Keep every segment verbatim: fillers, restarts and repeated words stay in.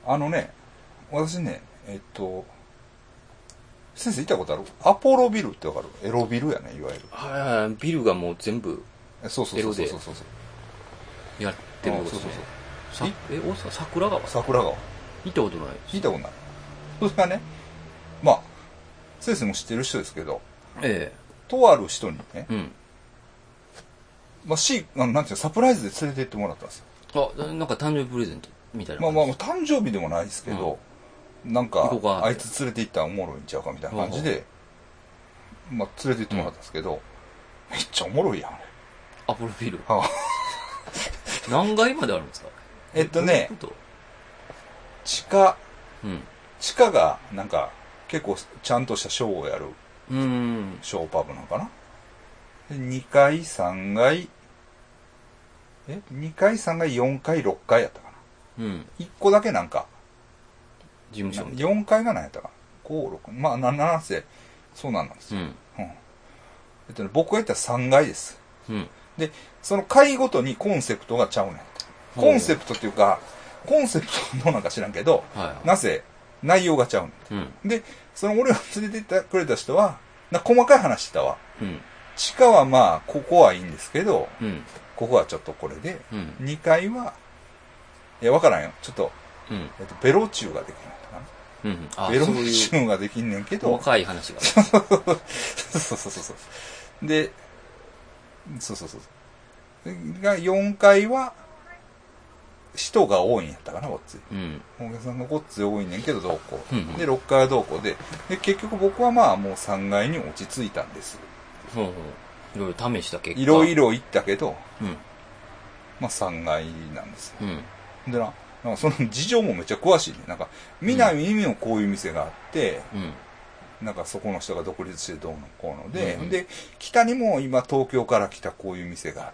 あのね、私ね、えっと、先生行ったことある？アポロビルってわかる？エロビルやね、いわゆる。 はいはい、ビルがもう全部そうそうそうそうそうそう。 やってるんですね。 そうそうさそう。 え、大阪桜川桜川。 行ったことないです。 聞いたことない。それがね、まあ、先生も知ってる人ですけど、 えとある人にね、 え。うん。 まあ、し、あのなんていうの、サプライズで連れて行ってもらったんですよ。 あ、なんか誕生日プレゼントみたいなまあ感じ。 まあ、誕生日でもないですけど、なんか行こうか、 あいつ連れて行ったらおもろいんちゃうかみたいな感じで、まあ、連れて行ってもらったんですけど、めっちゃおもろいやん、あれ。 アポロビル。 はあ、 何階まであるんですか？ えっとねどういうこ地下、 とうん。 地下が、なんか、結構ちゃんとしたショーをやるうーん。 ショーパブなのかな。でにかい、さんがい、え ?に 階、さんがい、よんかい、ろっかいやったかな。 うん。 いっこだけなんか、 事務所みたいよんかいが何やったかな。ご、ろく、まあ、ななせ、そうなんですな。 よ。 うん。 うん。えっとね、僕が言ったらさんがいです。 うん。 で、その階ごとにコンセプトがちゃうねん。コンセプトっていうか、コンセプトどうなんか知らんけど、 はいはい。 なぜ内容がちゃうねうん。 ん。で、その俺を連れて行ってくれた人は、な細かい話してたわ。 うん。 地下はまあ、ここはいいんですけど、 うん。 ここはちょっとこれで、 うん。 にかいは、いや、わからんよ。ちょっと、 うん。 えっと、ベロチューができるのかうん。 な。 あ、 ベロそういうチューができんねんけど、 細かい話が。 そうそうそうそう。で、そうそうそう。が、よんかいは、人が多いんやったかな、こっち。 うん。 お客さんがこっち多いねんけど、どうこう。 うんうんで、ろっかいはどうこうで、で、結局僕はまあ、もうさんがいに落ち着いたんです。 ほうほう。いろいろ試した結果。 いろいろ行ったけど、 うん。 まあさんがいなんですよ。 うん。 でな、なんかその事情もめっちゃ詳しいね。なんか、南にもこういう店があって、 うん。 なんかそこの人が独立してどうのこうので、 うんうんで、北にも今東京から来たこういう店があって、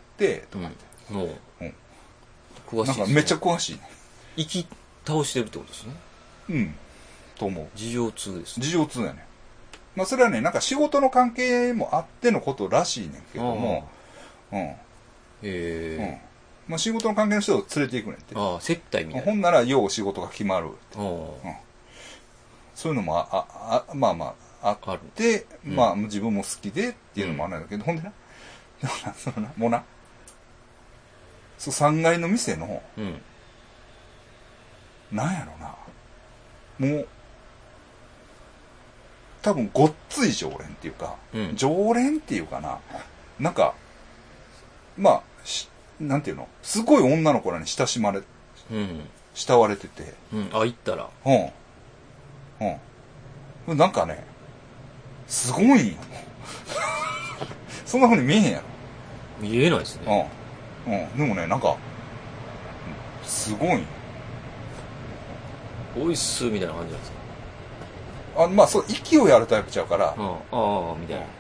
とかって。 うん。もう、 うん詳しいですね。 なんかめっちゃ詳しいね。 生き倒してるってことですね。 うん。と思う。 事情通ですね。 事情通やね。まあそれはね、なんか仕事の関係もあってのことらしいねんけども、うん。 へうん。 え。 まあ仕事の関係の人を連れて行くねんって。 ああ、接待みたいな。 ほんなら、よう仕事が決まる。 あうんそういうのもあ、あ、あまあまあ、ああ。ある。 って、 うんまあ自分も好きでっていうのもあるんだけど、ほんでな、だからそのな、もうな、そうさんがいの店の、 うん。 なんやろな、もう、多分ごっつい常連っていうか、 うん常連っていうかな、なんか、まあ、しなんていうの、すごい女の子らに親しまれ、 うん。 慕われてて、 うん。あ、行ったら。 うん。うん。なんかね、すごいんよ。そんな風に見えへんやろ。 見えないですね。 うん。うん。でもね、なんか、すごいんよ。 おいっす、みたいな感じなんですか。 あまあ、そう、勢いあるタイプちゃうから、 うん。ああ、みたいな。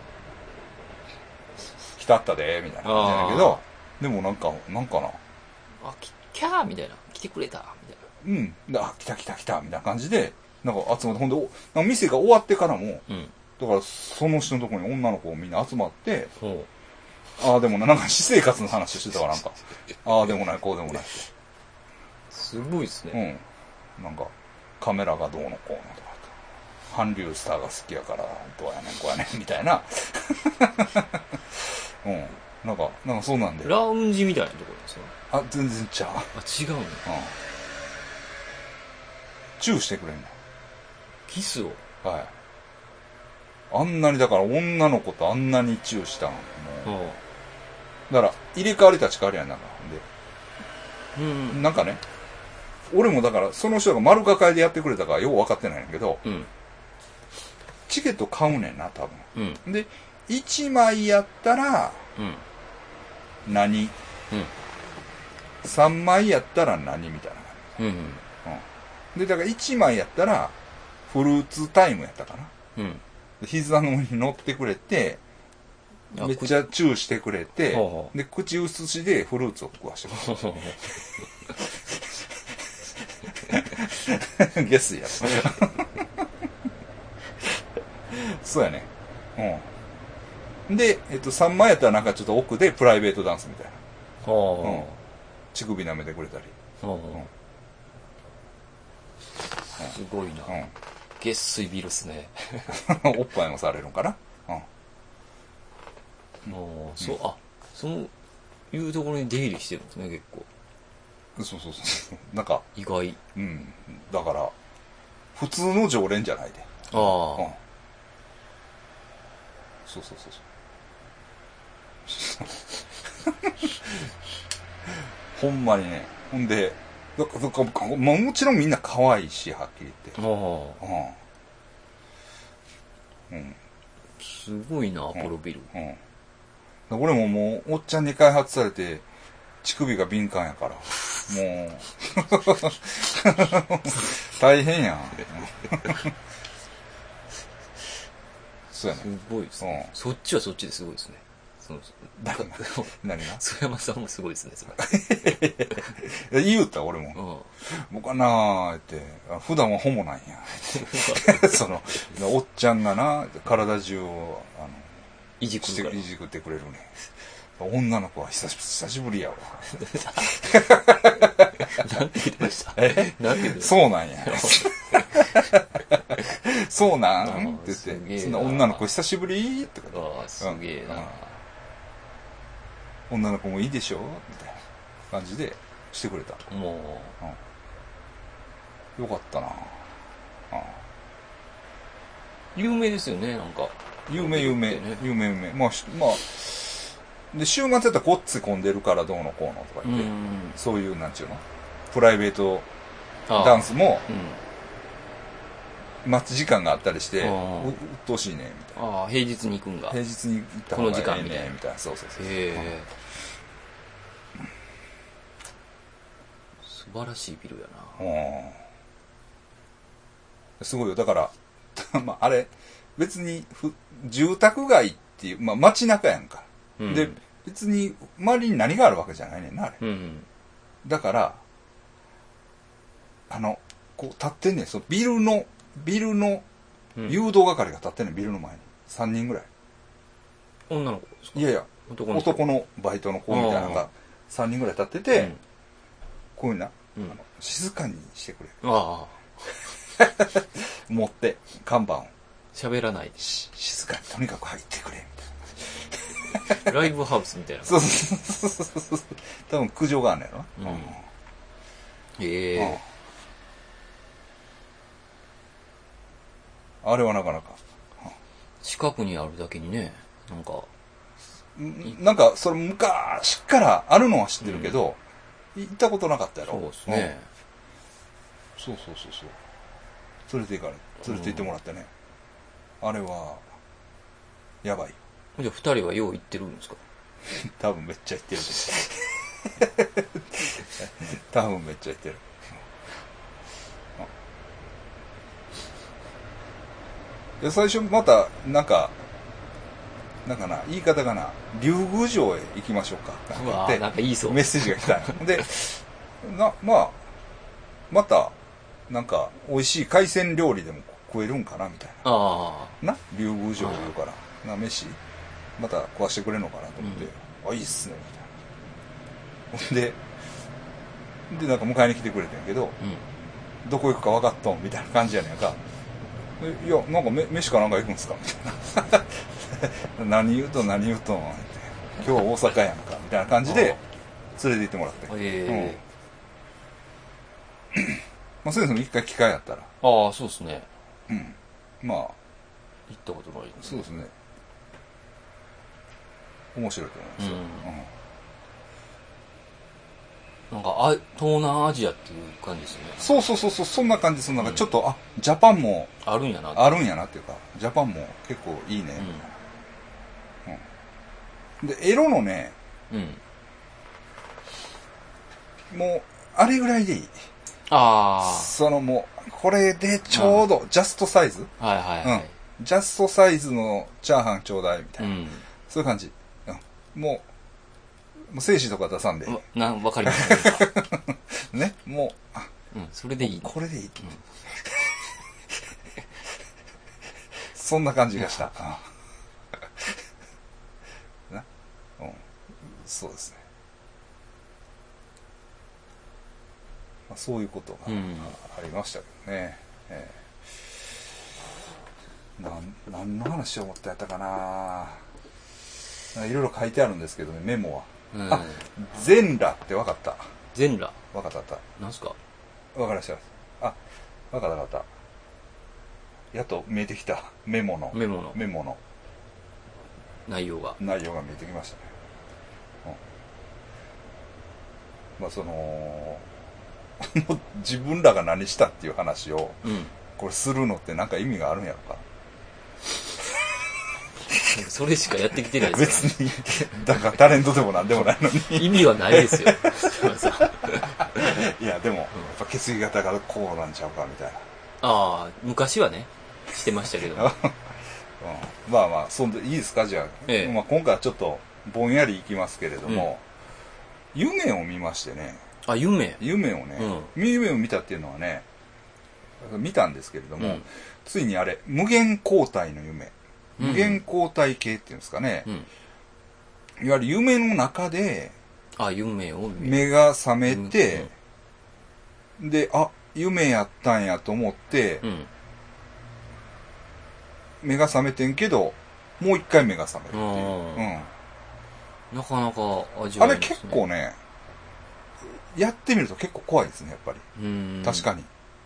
来たったで、みたいな感じやねんけど、でもなんか、なんかな、 あ、き、キャーみたいな。来てくれたみたいうん。であ、来た来た来た、みたいな感じで、なんか集まって、ほんで、おなんか店が終わってからも、 な。うん。 だからその人のところに女の子みんな集まって、 ほああでもな、なんか私生活の話してたわ、なんか。ああでもない、こうでもない。 う。すごいですね。 うん。なんか、カメラがどうのこうのとか。韓流スターが好きやから、どうやねん、こうやねん、みたいな。うん。なんか、なんかそうなんで。 ラウンジみたいなところですよ。 あ、全然ちゃう。 あ、違うの。 うん。チューしてくれんキスを。 の。はい。あんなに、だから女の子とあんなにチューしたん。もう。 ほだから、入れ替わり立ち替わりやん、なんか。 う。うんで、。なんかね、俺もだから、その人が丸抱えでやってくれたからよう分かってないんやけど、 うん。 チケット買うねんな、多うん。 分。で、いちまいやったら、 うん。 何、 うん。 さんまいやったら何みたいな感うん。 じ。うん。で、だからいちまいやったら、フルーツタイムやったかな。 うん。 で膝の上に乗ってくれて、 あめっちゃチューしてくれてほうほ、うで、口移しでフルーツを食わしてくほうほうほれる。ゲスや。そうやね。うん。で、えっと、さんまいやったらなんかちょっと奥でプライベートダンスみたいな。 う。 うんは乳首舐めてくれたり。 あ。はすごいな。 うん。 月水ビルっすね。 おっぱいもされるんかな。うん。 もう、そう、あ、そういうところに出入りしてるんですね、結構。 そうそうそう。なんか、 意外。 うん。だから、普通の常連じゃないで。 ああ、 うん。そうそうそうそう。ほんまにね。ほんで、だだかまあ、もちろんみんな可愛いし、はっきり言って。 ああ、 うん。うん。 すごいな、アポロビル。 うん。俺ももう、おっちゃんに開発されて、乳首が敏感やから。もう、大変やん。そうやね。 すごいですね。 うん。 そっちはそっちですごいですね。そのだから何が曽山さんもすごいですね、それ。言うた俺も。 れ。うん。 僕はなーって、普段はホモなんや。その、おっちゃんがな、体中を、あの、 いじくるから。 いじくってくれるね。女の子は久し久しぶりやわ。 なんて言ってましたえなんて言ってましたそうなんや。そうなんあーって言って、 すげえなそんな女の子久しぶりって言ってああ、すげえな。 うん女の子もいいでしょみたいな感じでしてくれた。 もうん、よかったな。 う、有名ですよね、なんか。 有名有名、 ね有名有名。まあ、まあ、で、週末やったらこっち混んでるからどうのこうのとか言って、 うん。 そういう、なんちゅうのプライベートああダンスもうん。 待ち時間があったりして、うああうっとうしいね、みたいな。 ああ、平日に行くんが。 平日に行った方がいいこの時間みたいね、 なみたいな。そうそうそう。 へえ。素晴らしいビルやな。 うん。すごいよ。だから、まあ、あれ、別にふ、住宅街っていう、まあ、街中やんか。 うん、 で、別に、周りに何があるわけじゃないねんな、あれ。 うん。 だから、あの、こう、立ってんねん。そのビルの、ビルの、 うん、 誘導係が立ってんねん、ビルの前に。さんにんぐらい。 女の子ですか？ いやいや、 男の子。 男のバイトの子みたいなのがさんにんぐらい立ってて、 うんこういうな、 うんあの静かにしてくれる。 ああ。 持って、看板を。 喋らないで。 し静かにとにかく入ってくれ、みたいな。 ライブハウスみたいな。 そうそうそうそうそう。多分苦情があんねやろな。 うんうんええあれはなかなか。 近くにあるだけにね、なんか、 んなんか、それ昔からあるのは知ってるけど、行ったことなかったやろ。 そうですね。 うんそうそうそうそう。連れて行かれ、連れて行ってもらってね。あれは、やばいよ。 じゃあ二人はよう行ってるんですか？ 多分めっちゃ行ってる。多分めっちゃ行ってる。いや最初また、なんか、なんかな、言い方がな、竜宮城へ行きましょうか。 うわってーなんか言いそうメッセージが来たんよで、な、まあ、また、なんか、美味しい海鮮料理でも食えるんかな、みたいあな。な竜宮城言うから、な、飯、また食わしてくれるのかなと思って、あ、いいっすね、みたいな。ほんで、で、なんか迎えに来てくれてんけど、 あ、うん。 どこ行くか分かっとんみたいな感じやねんか。いや、なんかめ飯かなんか行くんすかみたいな。何言うとん何言うとんって今日大阪やんか。みたいな感じで連れて行ってもらって。 えうん。まあ、そういうの一回機会やったら。 えああ、そうですね。 うん。まあ、 行ったことないですそうですね。面白いと思いますよ。 うんなんかあ、東南アジアっていう感じですね。 そうそうそうそう、そんな感じ、そんな感じ。ちょっと、あ、ジャパンもあるんやな。 あるんやなっていうか、ジャパンも結構いいね。うん。で、エロのね、 うん。 もう、あれぐらいでいい。 あそのもう、これでちょうど、ジャストサイズあ。はいはいはい。 うん。ジャストサイズのチャーハンちょうだい、みたいな。 うん。 そういう感じ。うん。もう、もう精子とか出さんで。 わな、わかりますね。もう、あ、 うん、それでいい。 これでいい。そんな感じがした。うんな。うん。そうですね。 あ、そういうことがありましたけどね、うん、えー、なん何の話を思ってやったかないろいろ書いてあるんですけどね、メモは、うん、あ、全裸って分かった。 全裸分かった分かった。 なんすか？ 分かりました。あ、分かった分かった。やっと見えてきた。メモのメモのメモの内容が内容が見えてきましたね、うん、まあその自分らが何したっていう話を、うん、これするのって何か意味があるんやろか。 それしかやってきてないですから、ね、別にだからタレントでもなんでもないのに意味はないですよいやでも、うん、やっぱ血液型がこうなんちゃうかみたいな。 ああ、昔はねしてましたけど、うん、 まあまあそんでいいですか、じゃあ、ええ、まあ、今回はちょっとぼんやりいきますけれども、うん、夢を見ましてね。 あ、夢夢をね、うん、夢を見たっていうのはね、見たんですけれども、うん、ついにあれ無限交代の夢、無限交代系っていうんですかね、うん、いわゆる夢の中であ夢を目が覚めて、うん、で、あ、夢やったんやと思って、うん、目が覚めてんけどもう一回目が覚めるっていう、 うん、なかなか味わいいですね。あれ結構ね、やってみると結構怖いですね、やっぱり。確かに。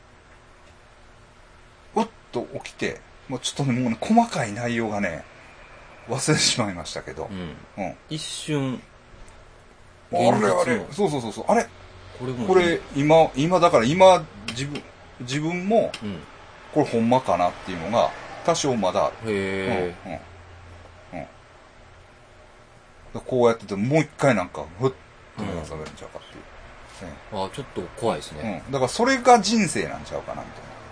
うっと起きて、もうちょっとね、もうね、細かい内容がね、忘れてしまいましたけど。 うんうん、一瞬。 あれあれ、そうそうそうそう、あれこれもこれ、今、今、だから今、自分、自分も、うん、これほんまかなっていうのが、多少まだある。へー。うん。うん。うん、こうやってて、もう一回なんか、ふっと目が覚めるんちゃうかっていう。 うん、ああ、ちょっと怖いですね。 うん。だからそれが人生なんちゃうかな、みたいな。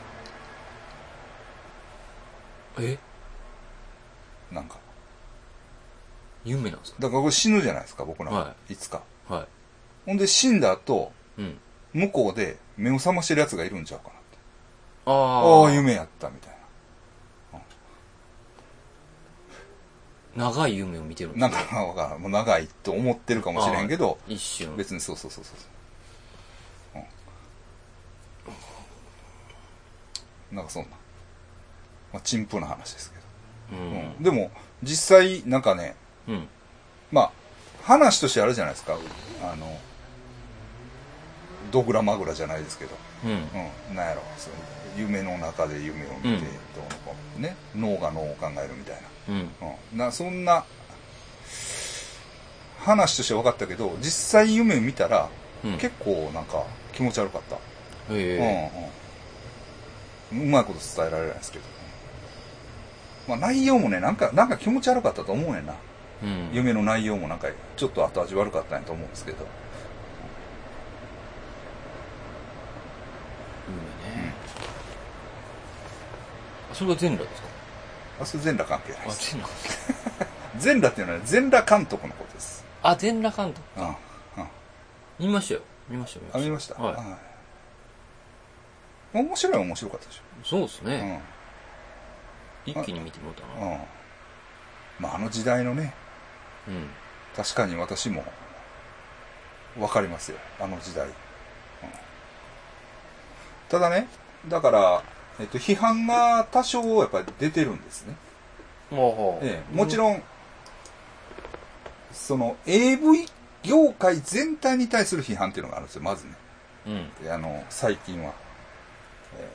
えなんか。 夢なんですか？ だからこれ死ぬじゃないですか、僕なんか、はい、いつか。 はい。 ほんで死んだ後、うん、向こうで目を覚ましてる奴がいるんちゃうかなって。ああ。ああ、夢やったみたいな。 うん、長い夢を見てるんですか？ なんか、わからん。もう長いと思ってるかもしれんけど、 一瞬。 別にそうそうそうそう。うん、なんかそんな。まあ、陳腐な話ですけど。うんうん、でも、実際、なんかね、うん、まあ、話としてあるじゃないですか。あの、ドグラマグラじゃないですけど、うん、うん、なんやろ、その夢の中で夢を見て、うん、どうのこうね、脳が脳を考えるみたいな。うんうん、なそんな、話として分かったけど、実際夢見たら、うん、結構なんか気持ち悪かった。へうんうん、うまいこと伝えられないですけど。まあ内容もね、なんか、なんか気持ち悪かったと思うねんな。うん、夢の内容もなんか、ちょっと後味悪かったんやと思うんですけど。 夢ね。うん、それが全裸ですか？ あ、それ全裸関係ないです。あ、全裸全裸っていうのは、ね、全裸監督のことです。 あ、全裸監督か。うん。うん。見ましたよ。見ましたよ。 あ、見ました。はい。はい、面白い面白かったでしょ。 そうですね。うん。一気に見てもらったな。うん。 まあ、あの時代のね。うん。確かに私も、わかりますよ。あの時代。うん。ただね、だから、えっと、批判が多少やっぱり出てるんですね。ほうほう。ええ、もちろん、その エーブイ 業界全体に対する批判っていうのがあるんですよ、まずね。うん、であの最近は、え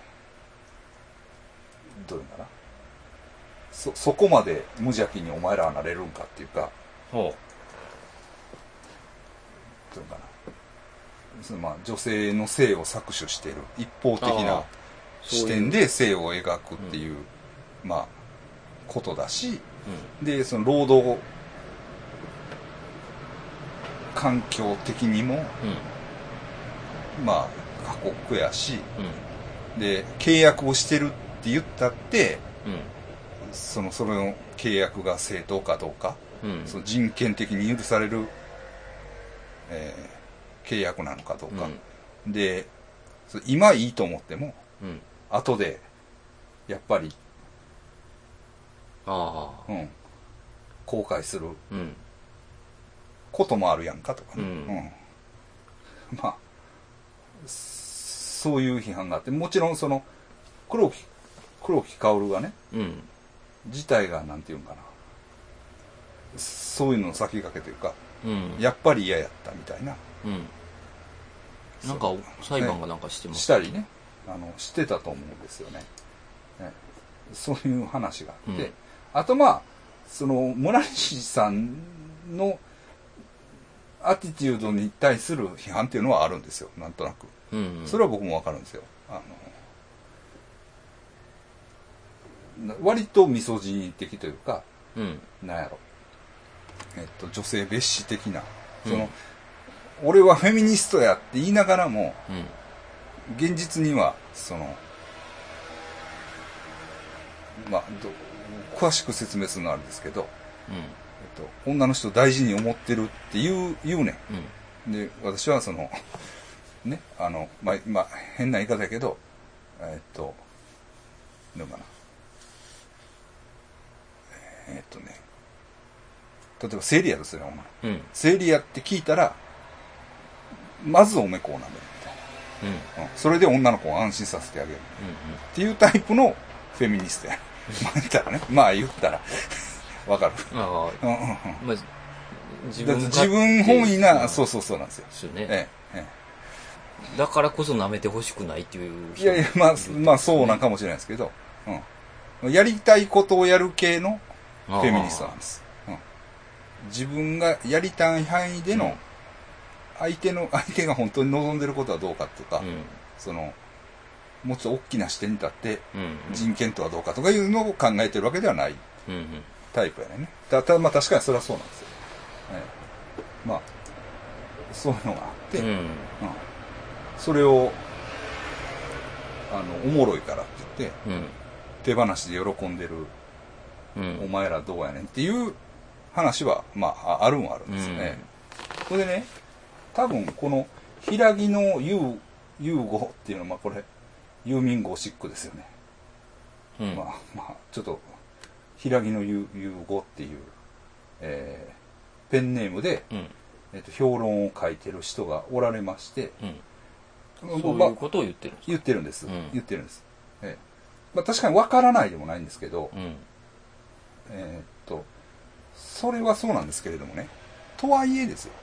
ー、どういうのかな、そそこまで無邪気にお前らはなれるんかっていうか、ほう、どういうのかな、そのまあ女性の性を搾取している一方的な視点で性を描くっていう、うん、まあことだし、うん、でその労働環境的にも、うん、まあ過酷やし、うん、で契約をしてるって言ったって、うん、そのその契約が正当かどうか、うん、その人権的に許される、えー、契約なのかどうか、うん、で今いいと思っても、うん、後でやっぱりあ、うん、後悔する、うんこともあるやんかとかね、うんうん、まあそういう批判があって、もちろんその黒木黒木薫がね、 うん、 自体がなんていうんかな、そういうのの先駆けというか、 うん、 やっぱり嫌やったみたいな、 うん、なんか裁判がなんかしてます、 ね、したりね、あのしてたと思うんですよね。ね、そういう話があって、うん、あとまあその村西さんのアティチュードに対する批判っていうのはあるんですよ、なんとなく、うんうん、それは僕もわかるんですよ。あの割とミソジニ的というか、うん、なんやろ、えっと女性蔑視的な、その、うん、俺はフェミニストやって言いながらも、うん、現実にはそのまあど詳しく説明するのはあるんですけど、うんえっと、女の人を大事に思ってるって言う言うねん、うん、で私はそのねあのまあ、まあ、変な言い方やけどえっとどうかなえっとね例えば生理やとするよ女の、うん、生理やって聞いたらまずおめこを舐めるみたいな、うんうん、それで女の子を安心させてあげる、うんうん、っていうタイプのフェミニストやまあ言ったらねまあ言ったらわかる。ああ、うんうんうんまあ、自分自分本位な、そうそうそうなんですよ。ですよね。ええええ、だからこそ舐めてほしくないっていう人、ね。いやいや、まあ、まあそうなんかもしれないですけど、うん、やりたいことをやる系のフェミニストなんです。うん、自分がやりたい範囲での、相手の、相手が本当に望んでることはどうかとか、うん、その、もうちょっと大きな視点に立って、人権とはどうかとかいうのを考えてるわけではない。うんうんタイプやね。ただまあ確かにそれはそうなんですよ。ええ、まあそういうのがあって、うんうん、それをあのおもろいからって言って、うん、手放しで喜んでる、うん、お前らどうやねんっていう話はまああるんはあるんですよね。そ、うん、れでね、多分この平木の遊遊語っていうのはまあこれユーミンゴシックですよね。うん、まあまあちょっと。平木の遊語っていう、えー、ペンネームで、うんえー、と評論を書いてる人がおられまして、 うん、そういうことを言ってるんですか？ 言ってるんです、うん、言ってるんです、えーまあ、確かに分からないでもないんですけど、うん、えー、とそれはそうなんですけれどもねとはいえですよ、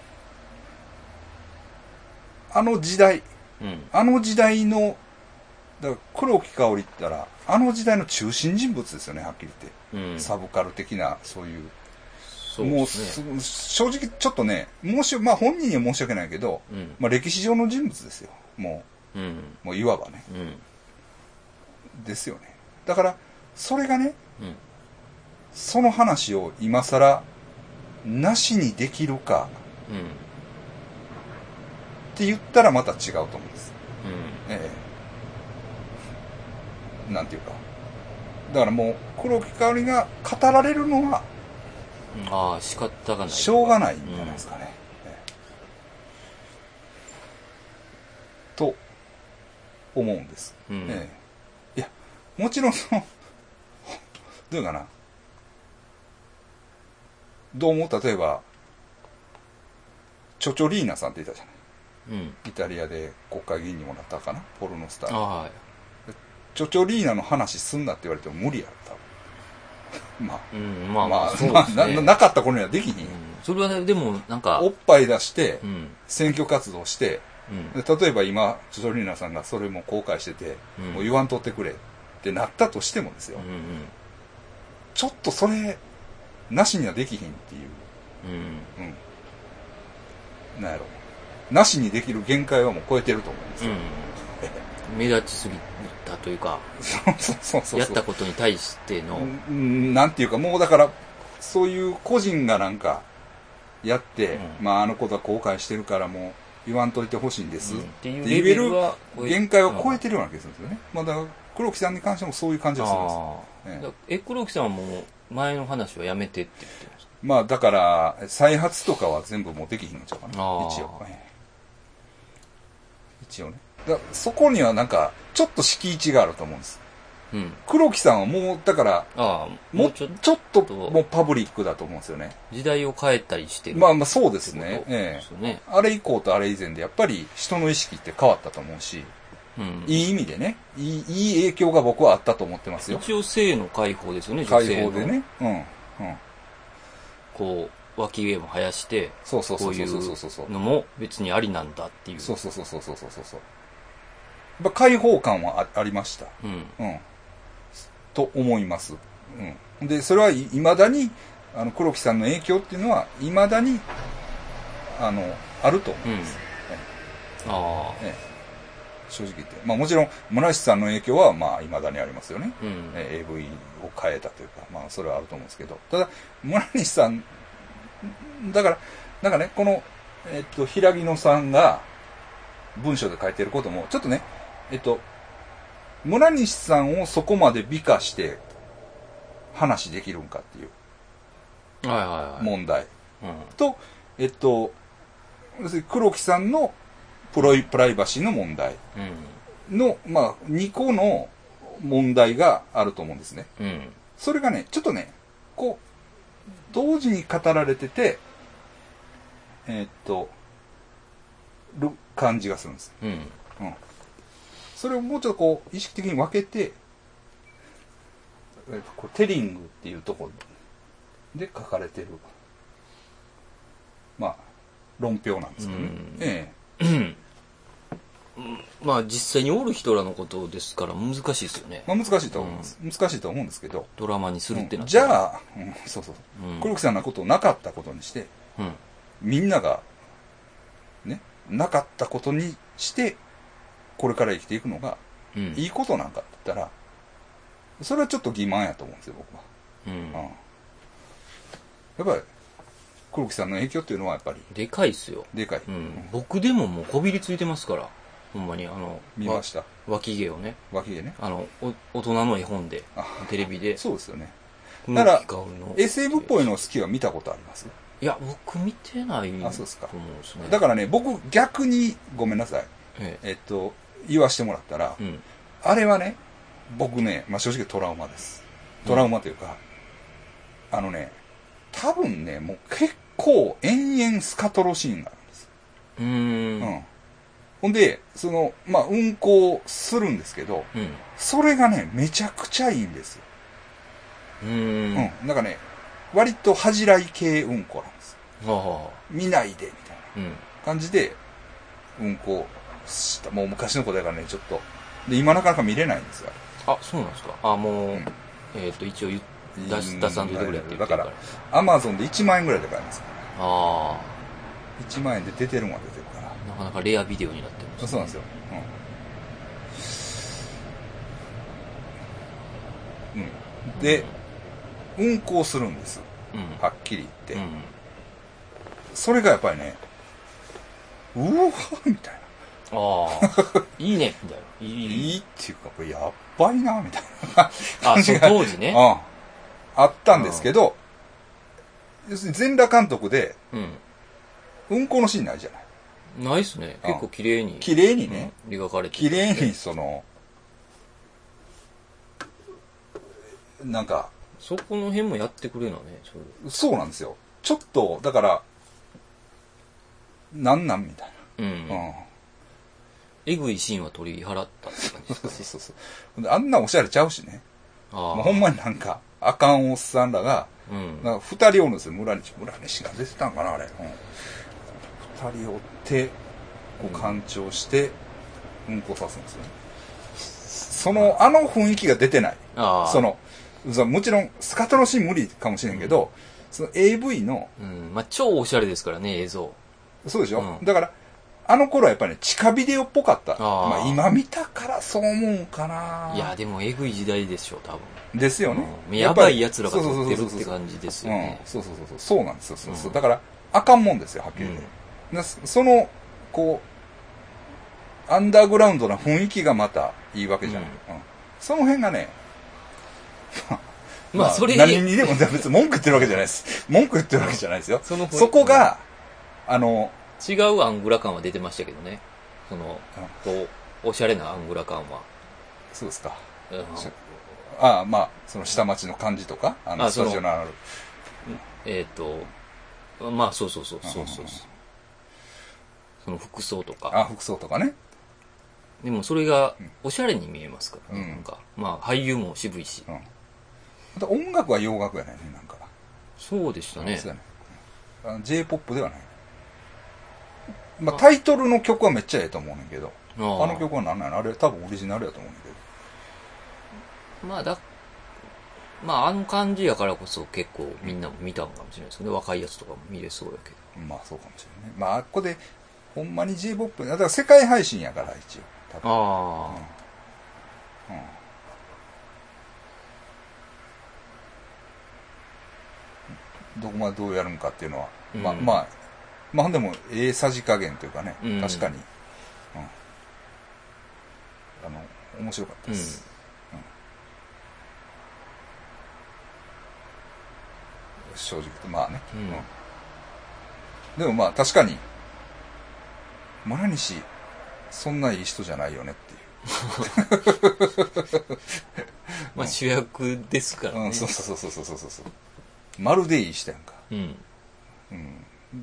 うん、あの時代、うん、あの時代のだから黒木薫って言ったらあの時代の中心人物ですよねはっきり言って、うん、サブカル的なそういうそうですね、もう正直ちょっとね申し、まあ、本人には申し訳ないけど、うんまあ、歴史上の人物ですよもう、うん、もういわばね、うん、ですよねだからそれがね、うん、その話を今更なしにできるか、うん、って言ったらまた違うと思うんです、うんええなんていうかだからもう黒木薫が語られるのは、 うん、ああ仕方がないしょうがないんじゃないですかね、うんええ、と思うんです、うんええ、いやもちろんそのどういうかなどう思う例えばチョチョリーナさんっていたじゃない、うん、イタリアで国会議員にもなったかなポルノスター、はいチョチョリーナの話すんなって言われても無理やったまあ、うん、まあまあ、まあ、まあ、な, なかった頃にはできひん、うん、 それはねでもなんかおっぱい出して、うん、選挙活動して、うん、で例えば今チョチョリーナさんがそれも後悔してて、うん、もう言わんとってくれってなったとしてもですよ、うんうん、ちょっとそれなしにはできひんっていう、うんうん、なんやろなしにできる限界はもう超えてると思うんですよ、うん目立ちすぎたというかそうそうそうそうやったことに対してのなんていうかもうだからそういう個人がなんかやって、うん、まああのことは後悔してるからもう言わんといてほしいんです、うん、って言える限界は超えてるような気がするんですよね、うん、まあだから黒木さんに関してもそういう感じがするんです、 ね、え黒木さんはもう前の話はやめてって言ってましたまあだから再発とかは全部もうできひんのちゃうかな一応一応ねだそこにはなんかちょっと敷地があると思うんですうん、 黒木さんはもう、だから、 ああもうちょちょっともうパブリックだと思うんですよね。 時代を変えたりしてる。 まあまあそうですね。ええね。 あれ以降とあれ以前でやっぱり人の意識って変わったと思うし、うん、いい意味でねいい、いい影響が僕はあったと思ってますよ。 一応性の解放ですよね、女性の。 解放でね。うん。うん。 こう、脇毛も生やして、 そうそうそうそうそういうのも別にありなんだっていう。 そうそうそうそうそうそうそう。やっぱ解放感は あ, ありました。うん。うん。と思います。うん。で、それはいまだに、あの、黒木さんの影響っていうのは、いまだに、あの、あると思います。うん、ああ、ええ。正直言って。まあもちろん、村西さんの影響は、まあ、いまだにありますよね。うん、えー、エーブイ を変えたというか、まあ、それはあると思うんですけど。ただ、村西さん、だから、なんかね、この、えっと、平木野さんが、文章で書いてることも、ちょっとね、えっと、村西さんをそこまで美化して話できるんかっていう問題と、えっと、要するに黒木さんのプロイプライバシーの問題の、うん、まあ、にこの問題があると思うんですね。うん、それがね、ちょっとね、こう、同時に語られてて、えー、っと、る感じがするんです。うん。うん。それをもうちょっとこう、意識的に分けて、えー、こうテリングっていうところで書かれてる、まあ、論評なんですけどね。ええ。 まあ実際におる人らのことですから難しいですよね。 まあ難しいと思います。うん、難しいと思うんですけど。 ドラマにするってなったら、 うん、じゃあ、うん、そうそう。うん、黒木さんのことをなかったことにして、うん、みんなが、ね、なかったことにして、これから生きていくのが、いいことなんかって言ったら、それはちょっと欺瞞やと思うんですよ、僕は。うん。うん、やっぱり、黒木さんの影響っていうのはやっぱり。 でかいっすよ。 でかい。 うん。僕でももうこびりついてますから。ほんまに、あの、 見ました。 脇毛をね。 脇毛ね。 あの、お大人の絵本で、テレビで。 そうですよね。だから、エスエフ っぽいの好きは見たことあります？ いや、僕見てないと思うんですね。 あ、そうですか。だからね、僕逆にごめんなさい。ええ、えっと、言わしてもらったら、うん、あれはね、僕ね、まあ、正直トラウマです。トラウマというか、うん、あのね、多分ね、もう結構延々スカトロシーンがあるんです。うーん。うん。ほんで、その、まあ、運行するんですけど、うん、それがね、めちゃくちゃいいんですよ。うーん。うん。なんかね、割と恥じらい系運行なんです。はあ、見ないで、みたいな感じで、運行した。もう昔のことだからね、ちょっと。で、今なかなか見れないんですよ。 あ、そうなんですか。あ、もう、うん、えっ、ー、と、一応言出し、出さんといてくれって言ってるから。 だから、アマゾンでいちまんえんぐらいで買えますから、ね。ああ。いちまんえんで出てるもんは出てるから。 なかなかレアビデオになってます、ね。 そうなんですよ。うん。うん、で、うん、運行するんです。うん、はっきり言って、うん。それがやっぱりね、うわーみたいな。 ああ。いいね、みたいな。 いい。いいっていうか、これやっばいな、みたいな。 あ、そう、当時ね。 ああったんですけど、要するに全裸監督で、うん。運行のシーンないじゃない。 ないっすね。結構綺麗に。 綺麗にね。 うん、描かれて綺麗にその、なんか。 そこの辺もやってくれるのね。 そうなんですよ。ちょっと、だから、なんなんみたいな。うん。うん。 えぐいシーンは取り払ったって感じですかね。 そうそうそう。あんなおしゃれちゃうしね。あもうほんまになんか、あかんおっさんらが、うん、なんか二人おるんですよ。村西、村西が出てたんかな、あれ。うん、二人おって、こう、干潮して、運行さすんですよね。その、あの雰囲気が出てない。あその、もちろん、スカトロシーン無理かもしれんけど、うん、その エーブイ の、 うん、まあ、超おしゃれですからね、映像。 そうでしょ、うん、だから、あの頃はやっぱりね、地下ビデオっぽかった。あまあ今見たからそう思うんかな。 いや、でもえぐい時代でしょ、多分。 ですよね。 うん、やばい奴らが撮ってるって感じですよね。 そうそうそうそう。そうなんですよ。そうそう、うん、だから、あかんもんですよ、はっきり言って。うん、その、こう、アンダーグラウンドな雰囲気がまたいいわけじゃない。うんうん、その辺がね、まあ、それ何にでも別に文句言ってるわけじゃないです。文句言ってるわけじゃないですよ。そのそこが、あの、 違うアングラ感は出てましたけどね。その、こう、おしゃれなアングラ感は。 そうですか。 ああ、まあ、その下町の感じとか、あの、スタジオのある。 えっ、ー、と、まあ、そうそうそう、そうそうそう。その服装とか。 あ、服装とかね。 でもそれがおしゃれに見えますからね、 うん、 なんか。まあ、俳優も渋いし。うん。 また音楽は洋楽やね、なんか。 そうでしたね。そうやね。 うん、J-ポップ ではない。まあ、タイトルの曲はめっちゃええと思うねんけど。あ, あの曲は何なのあれ多分オリジナルやと思うねんけど。まあ、だ、まあ、あの感じやからこそ結構みんなも見たんかもしれないですけど、ね、若いやつとかも見れそうやけど。 まあ、そうかもしれないね。まあ、あっこで、ほんまに J-ポップ、だから世界配信やから、一応。多分ああ。うん。うんどこまでどうやるんかっていうのは、うん、まあまあまあでもええさじ加減というかね、うん、確かに、うん、あの面白かったです、うんうん、正直とまあね、うんうん、でもまあ確かに村西そんないい人じゃないよねっていうまあ主役ですからね、 うん、そうそうそうそうそうそうそうまるでいい人やんか、うんうん、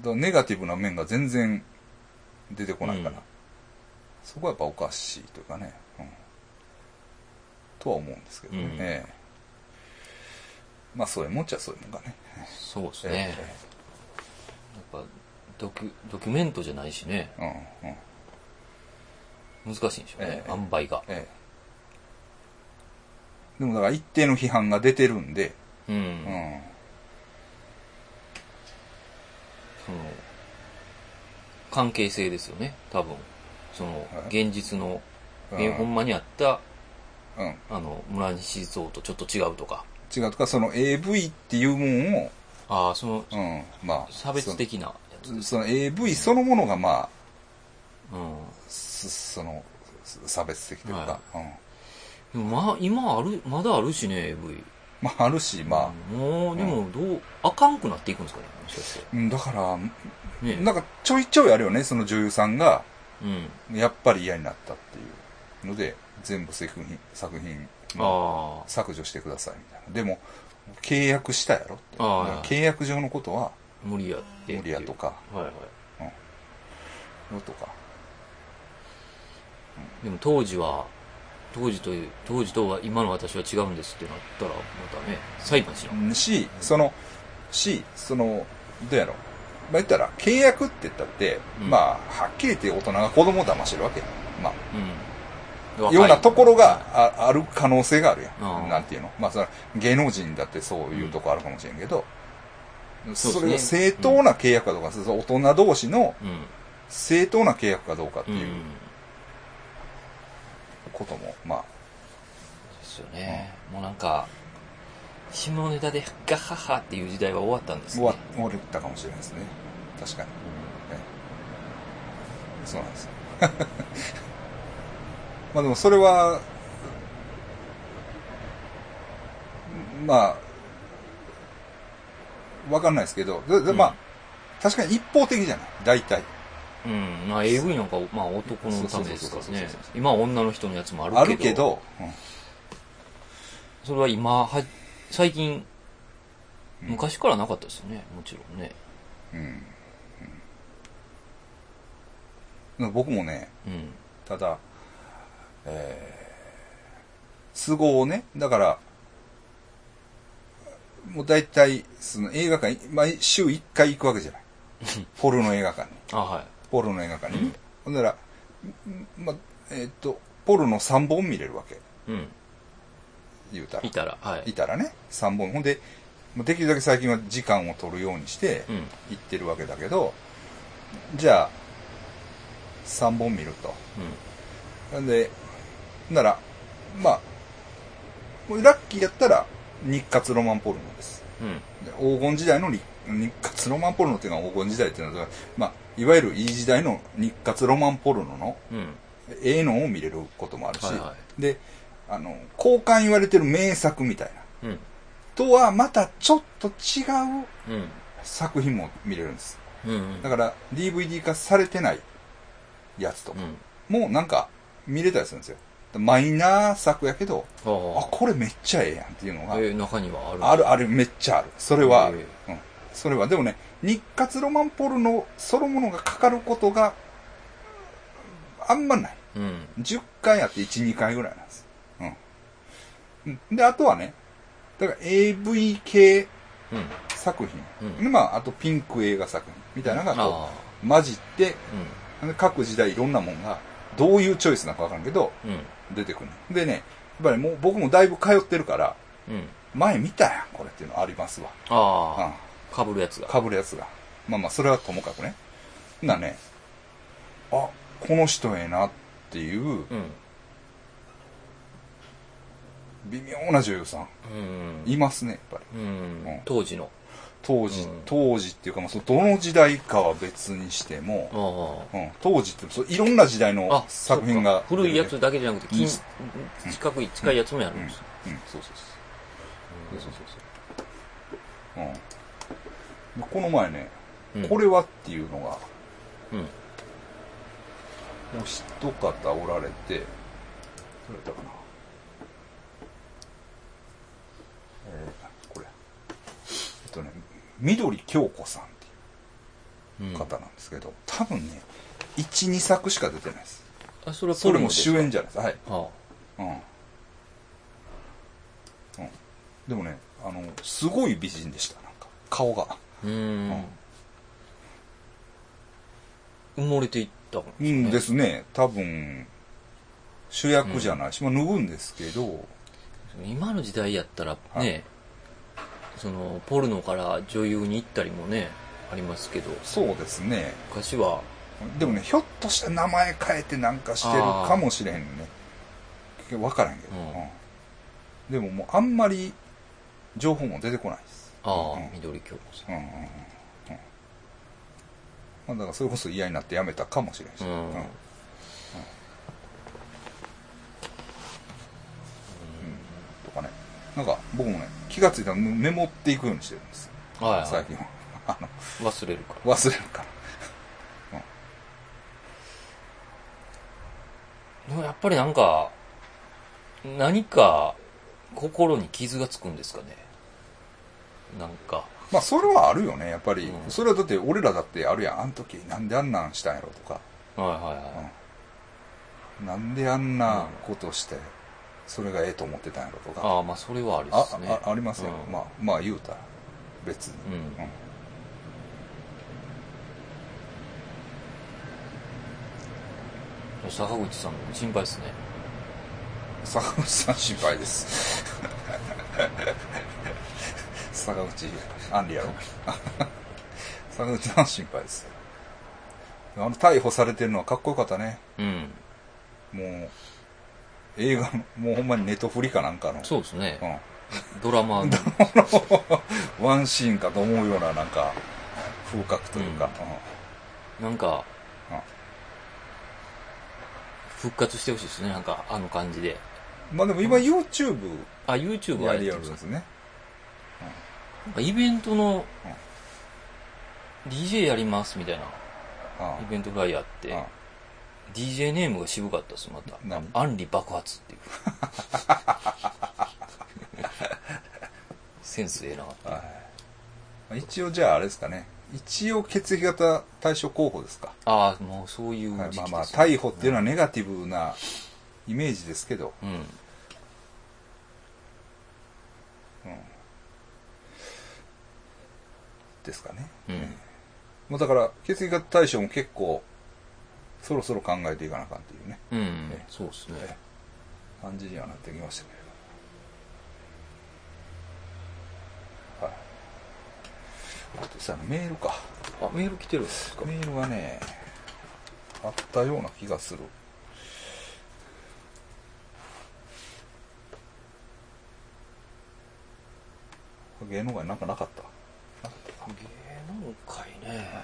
だネガティブな面が全然出てこないから、うん、そこはやっぱおかしいというかね、うん、とは思うんですけどね、うんええ、まあそういうもんっちゃそういうもんがねそうですね、ええ、やっぱドキュ、ドキュメントじゃないしね、うんうん、難しいんでしょうね、ええ、塩梅が、ええ、でもだから一定の批判が出てるんで、うんうんその関係性ですよね多分その現実の、うん、ほんまにあった、うん、あの村西像とちょっと違うとか違うとかその エーブイ っていうもんをああその、うんまあ、差別的なやつその エーブイ そのものがまあ、うん、その差別的というか、はいうん、でもまあ今あるまだあるしね エーブイまああるしまあ、 うん、もうでもどう、うん、あかんくなっていくんですかねもしかして、 うん、だからね、なんかちょいちょいあるよねその女優さんが、うん、やっぱり嫌になったっていうので全部作品作品削除してくださいみたいなでも契約したやろって契約上のことは無理やって無理やとか、はいはいうん、とか、 うん、でも当時は当時という当時とは今の私は違うんですってなったらまたね裁判しなしそのしそのどうやろうまあ言ったら契約って言ったって、うん、まあはっきり言って大人が子供を騙してるわけまあ、うん、ようなところが あ, ある可能性があるやんなんていうのまあそれ芸能人だってそういうとこあるかもしれんけど、うん、それが正当な契約かどうか、うん、大人同士の正当な契約かどうかっていうこともまあですよね、うん、もうなんか下ネタでガッハッハっていう時代は終わったんですね。 終わ終わったかもしれないですね。確かに。うんね、そうなんですよ。まあでもそれは、まあ、わかんないですけど、うん、まあ、確かに一方的じゃない大体。 うん。まあ エーブイ なんか、まあ男のためですからね。今は女の人のやつもあるけど。 あるけど、うん、 それは今は、最近、昔からなかったですよね、もちろんね。うん。 うん、僕もね、うん、ただ、えー、都合をね、だから、もう大体、その映画館、毎週いっかい行くわけじゃない。ポルノ映画館に。あ、はい。ポルノ映画館に、ね。ほんなら、ま、えっ、ー、と、ポルノさんぼん見れるわけ。うん。言うたら。 いたら、はい。 いたらね、さんぼん。ほんで、できるだけ最近は時間を取るようにして行ってるわけだけど、うん、じゃあさんぼん見ると、うん、なんでならまあラッキーやったら日活ロマンポルノです、うん、黄金時代の日活ロマンポルノっていうのは黄金時代っていうのは、まあ、いわゆるいい時代の日活ロマンポルノの、うん、ええのを見れることもあるし、はいはい、であの交換言われてる名作みたいな、うんとはまたちょっと違う作品も見れるんです、うんうん、だから ディーブイディー 化されてないやつとかもなんか見れたりするんですよ、 マイナー作やけど、 ああ、 これめっちゃええやんっていうのが、 えー、中にはあるあるある、めっちゃある。それはある。 えー、 うん。それは、でもね、日活ロマンポルノそのものがかかることがあんまない。 うん、 じゅっかいあっていち、にかいぐらいなんです。うん。で、あとはね、だから エーブイ 系作品、うん、でまあ、あとピンク映画作品みたいなのがこう混じって、うん、各時代いろんなもんがどういうチョイスなのかわからんけど、うん、出てくる。でね、やっぱりもう僕もだいぶ通ってるから、うん、前見たやんこれっていうのありますわ。 ああ、うん、被るやつが。 被るやつが。まあまあ、それはともかくね。なね、あ、この人ええなっていう、うん、微妙な女優さん、うん、いますね、やっぱり。 うんうん、当時の。 当時、うん、当時っていうか、まあ、そのどの時代かは別にしても、うん、当時ってそういろんな時代の作品が。 古いやつだけじゃなくて、近、うん、近く近いやつもやるんですよ。 うん、うん、そうそうそう。うん、そうそうそう。うん。この前ね、うん、これはっていうのが、うん、もう一方おられて、どれだったかな。えー、これ。えっとね、緑京子さんっていう方なんですけど、うん、多分ね、いち、にさくしか出てないです。 あ、それはそれも主演じゃないですか。はい。 はあ、 うん。うん。でもね、あの、すごい美人でした、なんか、顔が。 うーん。うん、埋もれていったんですね。 うんですね。多分、主役じゃないし、うん、まあ脱ぐんですけど。 今の時代やったらね、はい、そのポルノから女優に行ったりもねありますけど、 そうですね。 昔はでもね、ひょっとしたら名前変えてなんかしてるかもしれへんね。分からんけど、うんうん、でももうあんまり情報も出てこないです。 ああ、うん、緑京子さん。うんうんうん。 まあ、だからそれこそ嫌になってやめたかもしれんし。うんうんうん、とかね。なんか僕もね、気がついたらメモっていくようにしてるんですよ。はいはい、最近は。あの忘れるから。 忘れるから。 うん、でもやっぱりなんか、何か心に傷がつくんですかね。なんか。 まあそれはあるよね、やっぱり。うん、それはだって俺らだってあるやん。あの時なんであんなんしたんやろとか。 はいはいはい。 うん、なんであんなことして、それがええと思ってたんやろとか。 ああ、まあそれはありですね。 あ、あ、ありますよ。うん、まあ、まあ言うたら。別に。うん。 うん、坂口さん心配ですね。 坂口さん心配です。坂口あんりやろ。坂口さん心配です。あの逮捕されてるのはかっこよかったね。うん。もう映画のもうほんまにネトフリかなんかの。 そうですね。うん、ドラマのワンシーンかと思うようななんか風格というか。 うん、なんか、うん、復活してほしいですね。なんかあの感じで。 まあでも今 YouTube、 あ YouTube はやりやるんですね。 うん、イベントの ディージェー やりますみたいなイベントフライヤーって、ディージェー ネームが渋かったですまた。アンリ爆発っていう。センスええなって、はい、 一応じゃああれですかね。一応血液型対象候補ですか。 ああ、もうそういう時期です、ね。 はい、まあまあ逮捕っていうのはネガティブなイメージですけど。うん。うん。ですかね。うん。もうだから血液型対象も結構そろそろ考えていかなあかんっていうね。 うん。ね、そうですね。 感じにはなってきましたけど。はい。あとさ、メールか。 あ、メール来てるんですか。 メールがね、あったような気がする。芸能界なんかなかった。なかったか。 芸能界ね。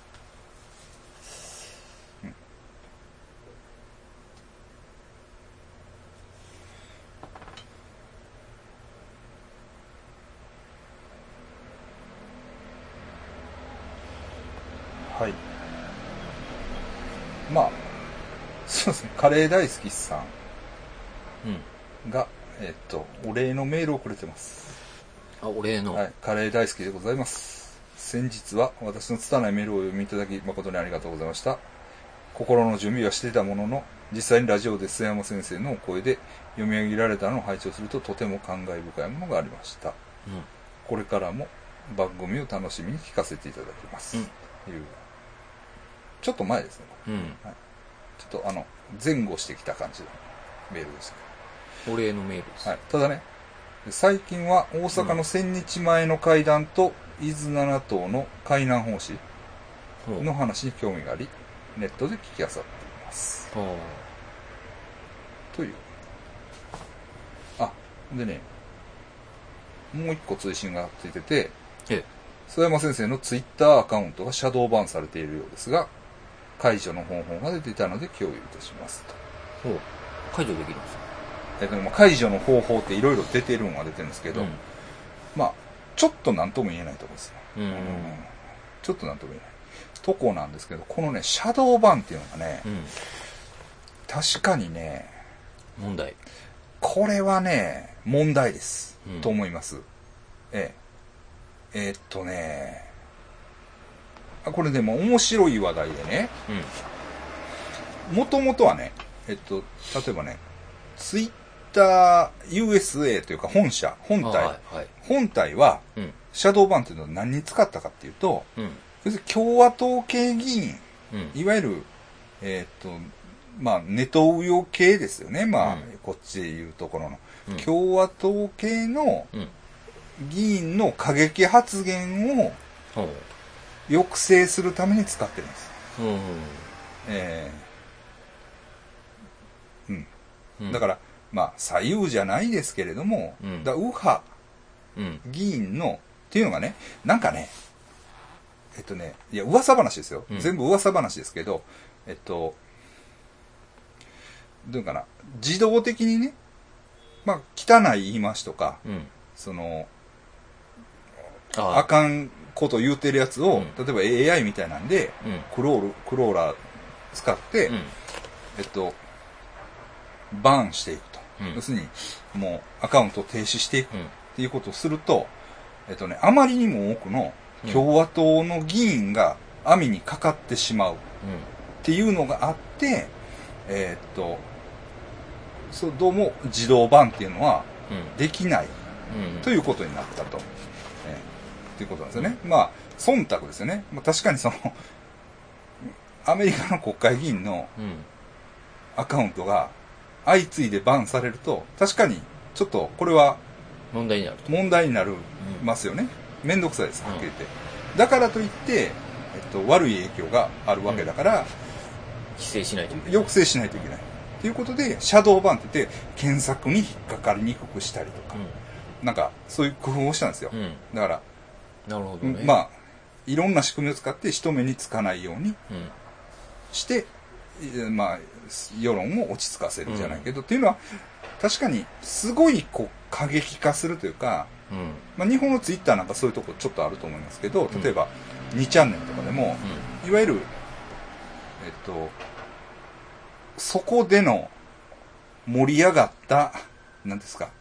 うん。 はい。まあ、そうですね。カレー大好きさん。 うん、 が、えっと、お礼のメールをくれてます。 あ、お礼の。 はい。カレー大好きでございます。先日は私の拙いメールをお読みいただき誠にありがとうございました。心の準備はしていたものの、実際にラジオで須山先生のお声で読み上げられたのを拝聴するととても感慨深いものがありました。うん、これからも番組を楽しみに聞かせていただきます。うん、いうちょっと前ですね。うん、はい、ちょっとあの前後してきた感じのメールでした。 お礼のメールです。 はい。ただね、最近は大阪の千日前の会談と伊豆七島の海南法師の話に興味があり、ネットで聞き漁っています。という。あ、でね、もう一個追伸がついてて、ええ、須山先生のツイッターアカウントがシャドーバンされているようですが、解除の方法が出ていたので共有いたしますと。 ほう。解除できるんですか？ えでも解除の方法っていろいろ出てるのは出てるんですけど、うん、まあちょっと何とも言えないところですよ、うんうんうん、ちょっと何とも言えないとこなんですけど、このねシャドーバンっていうのがね、うん、確かにね問題、 これはね問題です、うん、と思います。えええー、っとねこれでも面白い話題でね、もともとはねえっと例えばねツイッター ユーエスエー というか本社本体、はいはい、本体は、うん、シャドーバンというのは何に使ったかっていうと、うん、要するに共和党系議員、うん、いわゆるえー、っとまあネトウヨ系ですよね、まあ、うん、こっちでいうところの、うん、共和党系の議員の過激発言を抑制するために使ってるんです。うんうん、えー、うんだから、まあ、左右じゃないですけれども、うん、だ右派議員の、うん、っていうのがね、なんかね、えっとね、いや、噂話ですよ。うん、全部噂話ですけど、えっと、どういうかな、自動的にね、まあ、汚い言い回しとか、うん、その、あ, あかんこと言うてるやつを、うん、例えば エーアイ みたいなんで、うん、クロール、クローラー使って、うん、えっと、バーンしていくと。うん、要するに、もうアカウントを停止していくっていうことをすると、えっとね、あまりにも多くの共和党の議員が網にかかってしまうっていうのがあって、えー、っと、そう、どうも自動バンっていうのはできないということになったと。えー、っていうことなんですよね。まあ、忖度ですよね。まあ、確かにその、アメリカの国会議員のアカウントが相次いでバンされると、確かにちょっとこれは問題になる問題になりますよね。めんどくさいです、はっきり言って。だからといって、えっと、悪い影響があるわけだから、うん、 規制しないといけない。 抑制しないといけない。ということで、シャドーバンって言って、検索に引っかかりにくくしたりとか、うん、なんか、そういう工夫をしたんですよ。うん、だから、 なるほどね。 まあ、いろんな仕組みを使って人目につかないようにして、うん、まあ、世論を落ち着かせるじゃないけど、うん、っていうのは確かにすごいこう過激化するというか、うんまあ、日本のツイッターなんかそういうとこちょっとあると思いますけど、例えばにチャンネルとかでも、うん、いわゆるえっとそこでの盛り上がった何ですか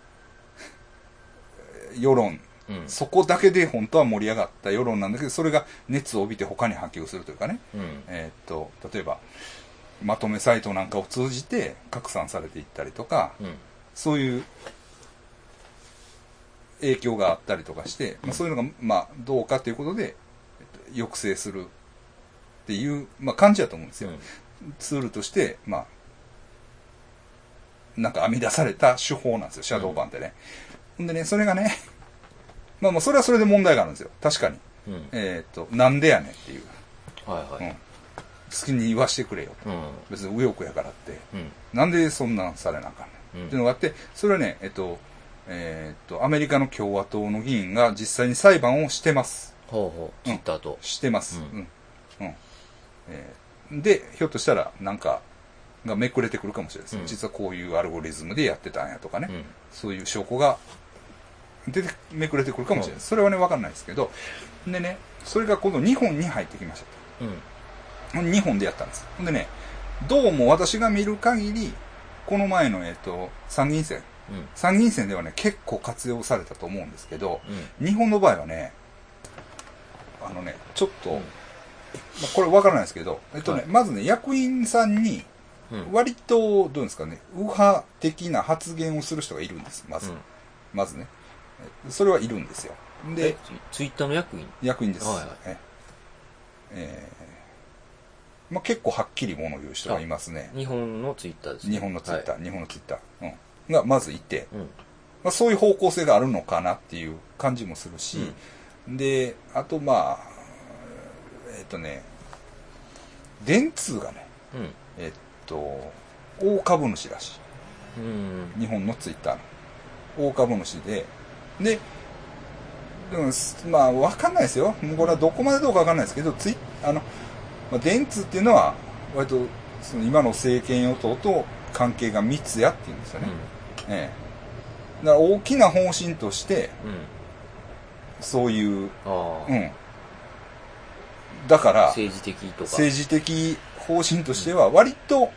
世論、うん、そこだけで本当は盛り上がった世論なんだけど、それが熱を帯びて他に波及するというかね、うん、えっと例えばまとめサイトなんかを通じて拡散されていったりとか、うん、そういう影響があったりとかして、まあ、そういうのがまあどうかということで抑制するっていう、まあ、感じだと思うんですよ、うん、ツールとしてまあなんか編み出された手法なんですよ、シャドーバンってね。ほんでね、それがねまあまあそれはそれで問題があるんですよ、確かに、うん、えっとなんでやねんっていう、はいはい、うん好きに言わしてくれよ、うん、別に右翼やからって、うん、なんでそんなんされなあかんねん、うん、っていうのがあって、それはねえっとえー、っとアメリカの共和党の議員が実際に裁判をしてます。 ほうほう、ツイッターとしてます、うんうんえー、でひょっとしたらなんかがめくれてくるかもしれないです、うん、実はこういうアルゴリズムでやってたんやとかね、うん、そういう証拠が出てめくれてくるかもしれない、うん、それはね分かんないですけど、でねそれが今度日本に入ってきましたと、うん日本でやったんです。でね、どうも私が見る限り、 この前の、えっと、参議院選、うん、参議院選ではね、結構活用されたと思うんですけど、うん、日本の場合はね、あのね、ちょっと、うん、まあ、これわからないですけど、えっとね、はい、まずね、役員さんに、割と、どうですかね、右派的な発言をする人がいるんです、まず。うん、まずね。それはいるんですよ。で、 ツイッターの役員役員です。はいはい、ええー、まあ、結構はっきりものを言う人がいますね。 日本のツイッターですね。 日本のツイッター、はい、日本のツイッター、うん、がまずいて、うん、まあ、そういう方向性があるのかなっていう感じもするし、うん、で、あとまあ、えっ、ー、とね、電通がね、うん、えっ、ー、と、大株主らしい。うん、日本のツイッターの。大株主で、で、でもまあ、わかんないですよ。これはどこまでどうかわかんないですけど、ツイあの、まあ、電通っていうのは、割と、その今の政権与党と関係が密やっていうんですよね。うん、ええ。だから大きな方針として、うん、そういう、うん。だから、 政治的とか。 政治的方針としては、割と、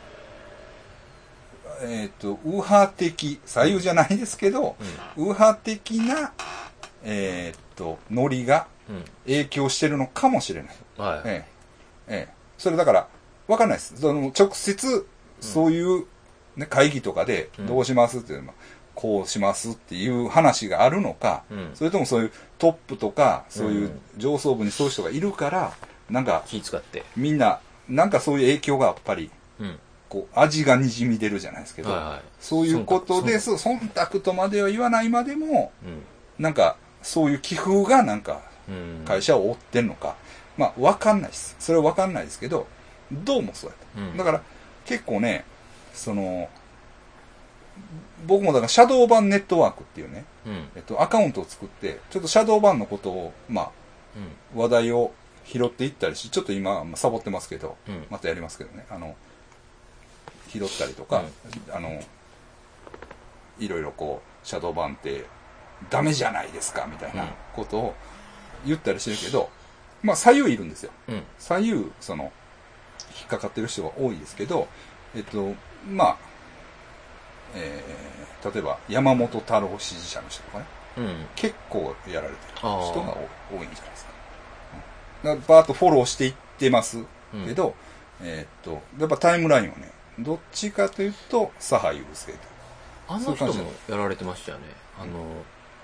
うん、えっと、右派的、左右じゃないですけど、うん、右派的な、えー、っと、ノリが影響してるのかもしれない。うん、はい。ええ。ええ。それだから、わかんないです。その直接、そういう、ね、会議とかで、どうしますっていうのは、こうしますっていう話があるのか、うん、それともそういうトップとか、そういう上層部にそういう人がいるから、なんか、 気使って。 みんな、なんかそういう影響がやっぱり、うん、こう、味がにじみ出るじゃないですけど、はいはい、そういうことで、そう、忖度とまでは言わないまでも、うん、なんか、そういう気風がなんか、会社を追ってんのか。まあ、わかんないです。それはわかんないですけど、どうもそうやった。うん、だから、結構ね、その、僕もだからシャドーバンネットワークっていうね、うん、えっと、アカウントを作って、ちょっとシャドーバンのことを、まあ、うん、話題を拾っていったりし、ちょっと今、サボってますけど、うん、またやりますけどね、あの、拾ったりとか、うん、あの、いろいろこう、シャドーバンって、ダメじゃないですかみたいなことを言ったりしてるけど、まあ左右いるんですよ。うん、左右、その、引っかかってる人が多いですけど、えっと、まあ、えー、例えば山本太郎支持者の人とかね、うん、結構やられてる人が多いんじゃないですか。だからバーッとフォローしていってますけど、うん、えー、っと、やっぱタイムラインはね、どっちかというと、左派優勢と。 あの人もやられてましたよね。あの、うん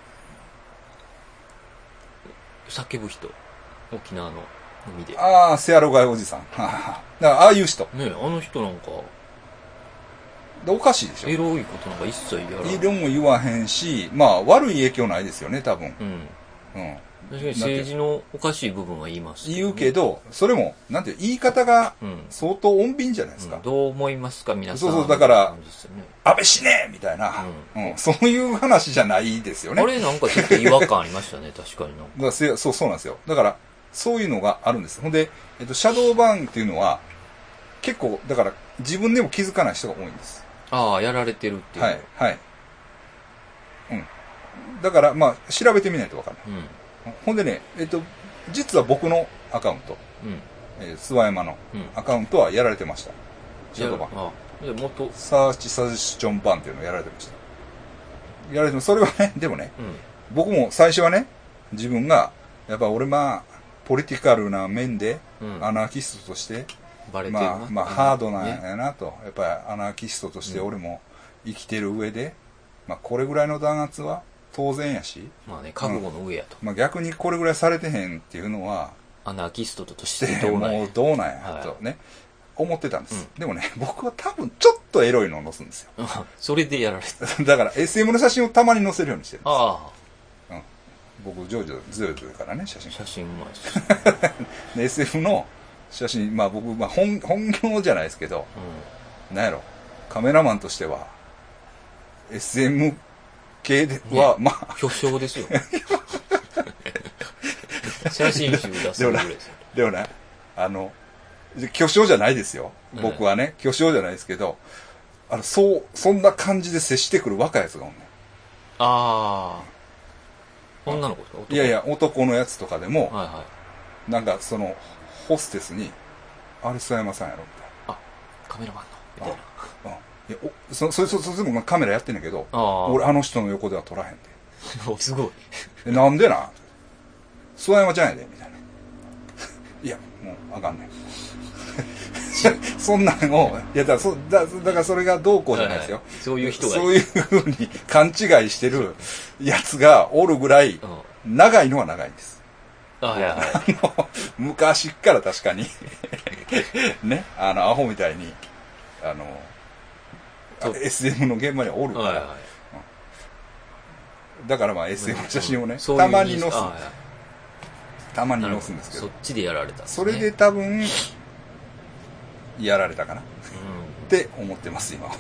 叫ぶ人、沖縄の海で。 ああ、セアロガイおじさん。だからああいう人。 ねえ、あの人なんか。 おかしいでしょ。 エロいことなんか一切やらない。 色も言わへんし、まあ悪い影響ないですよね、多分。 うん。うん。確かに政治のおかしい部分は言います、 ね。言うけど、それも、なんていう、言い方が相当穏便じゃないですか。うん、 どう思いますか、皆さん。 そうそう、だから、ね、安倍死ねみたいな、うんうん、そういう話じゃないですよね。 あれなんかちょっと違和感ありましたね、確かになんか。 だからそう、そうなんですよ。だから、そういうのがあるんです。ほんで、えっと、シャドーバーンっていうのは、結構、だから、自分でも気づかない人が多いんです。 ああ、やられてるっていう。 はい、はい。うん。だから、まあ、調べてみないとわからない。うんほんでね、えっと、実は僕のアカウント、うんえー、諏訪山のアカウントはやられてました。シャドーバン。 あもっとサーチサジェスチョンバンっていうのをやられてました。やられても、それはね、でもね、うん、僕も最初はね、自分が、やっぱ俺まあ、ポリティカルな面で、アナーキストとして、 バレてるなまあ、まあ、ハードなんやなと、やっぱりアナーキストとして俺も生きてる上で、まあ、これぐらいの弾圧は、当然やし。 まあね、覚悟の上やと。 うん、まあ逆にこれぐらいされてへんっていうのは、 アナーキストとしてどうなんや。 もうどうなんや、とね、はい、思ってたんです、うん。でもね、僕は多分ちょっとエロいのを載すんですよ。 それでやられてだから エスエム の写真をたまに載せるようにしてるんです。 ああ。うん。僕、ジョージョズーズからね、写真。 写真うまいし。エスエム の写真、まあ僕、まあ本、本業じゃないですけど、うん、なんやろ、カメラマンとしては、エスエム、系では、 ね、まあ。巨匠ですよ。写真集出すぐらいですよ。 でもね、あの、巨匠じゃないですよ。僕はね、うん、巨匠じゃないですけど、あの、そう、そんな感じで接してくる若いやつがおんねん。 ああ。女の子ですか？ いやいや、男のやつとかでも、はいはい、なんかその、ホステスに、あれ、諏訪山さんやろみたいな。 あ、カメラマンのみたいな。 いやおそそそそそもカメラやってんだけど、あ俺あの人の横では撮らへんで。 おすごい。なんでな諏訪山ちゃんやでみたいな。いやもうあかんねん。そんなんをいやだからそだだからそれがどうこうじゃないですよ。はいはい、 そういう人がそういうふうに勘違いしてるやつがおるぐらい長いのは長いんです。 あはいはい、あの昔から確かにねあのアホみたいにあの エスエム の現場にはおるから、はいはいうん、だからまあ エスエム の写真をね、うん、たまに載す、はい、たまに載すんですけどそっちでやられたんですね、それで多分やられたかな、うん、って思ってます今は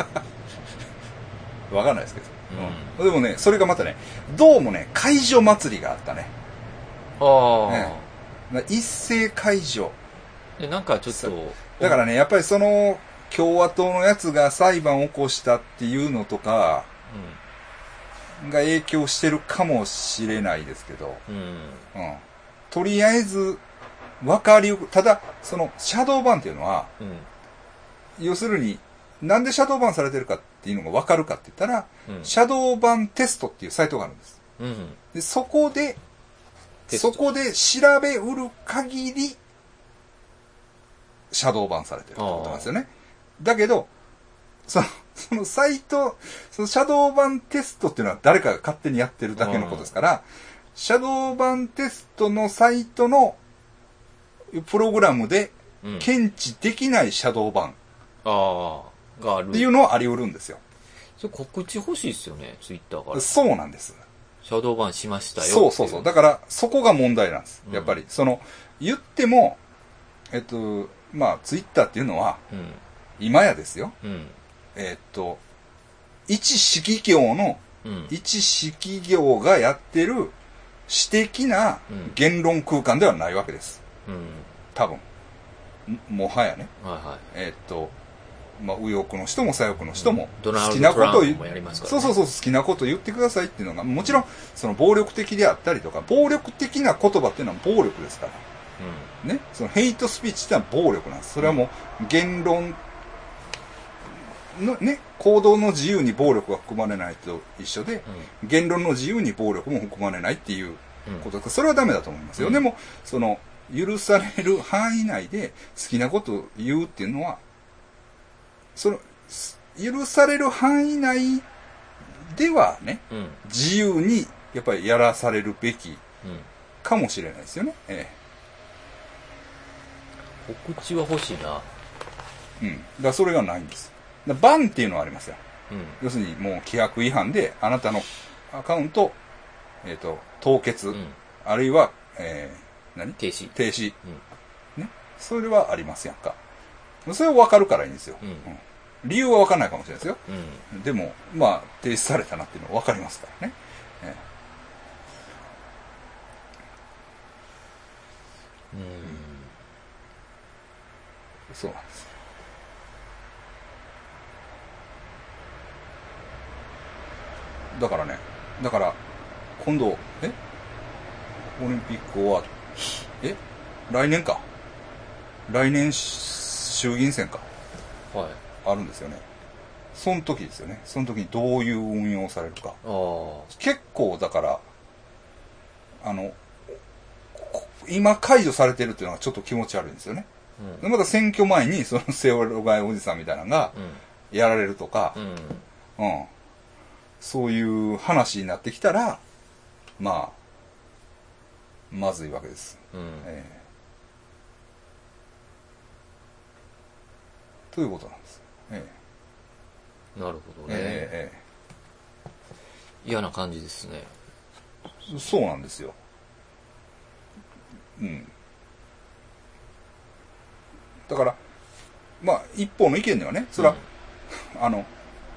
わかんないですけど、うん、でもねそれがまたねどうもね解除祭りがあったねああ、ね、一斉解除でなんかちょっとだからねやっぱりその共和党のやつが裁判を起こしたっていうのとかが影響してるかもしれないですけど、うんうん、とりあえず分かりただそのシャドーバンっていうのは、うん、要するになんでシャドーバンされてるかっていうのが分かるかって言ったら、うん、シャドーバンテストっていうサイトがあるんです、うん、でそこでそこで調べうる限りシャドーバンされてるってことなんですよね。だけどそのそのサイトそのシャドーバンテストっていうのは誰かが勝手にやってるだけのことですから、シャドーバンテストのサイトのプログラムで検知できないシャドーバン、うん、があるっていうのはあり得るんですよ。 それ告知欲しいですよね、ツイッターから。 そうなんです。 シャドーバンしましたよ。 そうそうそう。だからそこが問題なんです。やっぱり、うん、その言ってもえっとまあツイッターっていうのは、うん、今やですよ。うん、えっと一指揮業の、うん、一指揮業がやってる私的な言論空間ではないわけです。うん、多分 も, もはやね。はいはい、えっとまあ、右翼の人も左翼の人も好きなことを言う、そうそうそう好きなことを言ってくださいっていうのがもちろんその暴力的であったりとか暴力的な言葉っていうのは暴力ですから、うん、ねそのヘイトスピーチっていうのは暴力なんです。それはもう言論のね行動の自由に暴力が含まれないと一緒で、うん、言論の自由に暴力も含まれないっていうことで、それはダメだと思いますよ、うん、でもその許される範囲内で好きなことを言うっていうのはその許される範囲内ではね、うん、自由にやっぱりやらされるべきかもしれないですよね、うんええ、告知は欲しいな。 うんだからそれがないんです。だバンっていうのはありますよ、うん、要するにもう規約違反であなたのアカウント、えーと、凍結、うん、あるいは、えー、何停止停止、うん、ねそれはありますやんか。それは分かるからいいんですよ、うんうん、理由は分かんないかもしれないですよ、うん、でもまあ停止されたなっていうのは分かりますからね、ええ、うんそうなんです。だからねだから今度えオリンピック終わえ来年か来年衆議院選か、はい、あるんですよね。その時ですよね。その時にどういう運用されるか。あ結構だからあの今解除されてるっていうのがちょっと気持ち悪いんですよね、うん、でまた選挙前にそのセオロガイおじさんみたいなのがやられるとか、うん、うん、そういう話になってきたらまあまずいわけです、うんえー、ということなんです、えー、なるほどね、えーえー、嫌な感じですね。 そうなんですよ。うんだからまあ一方の意見ではねそれは、うん、あの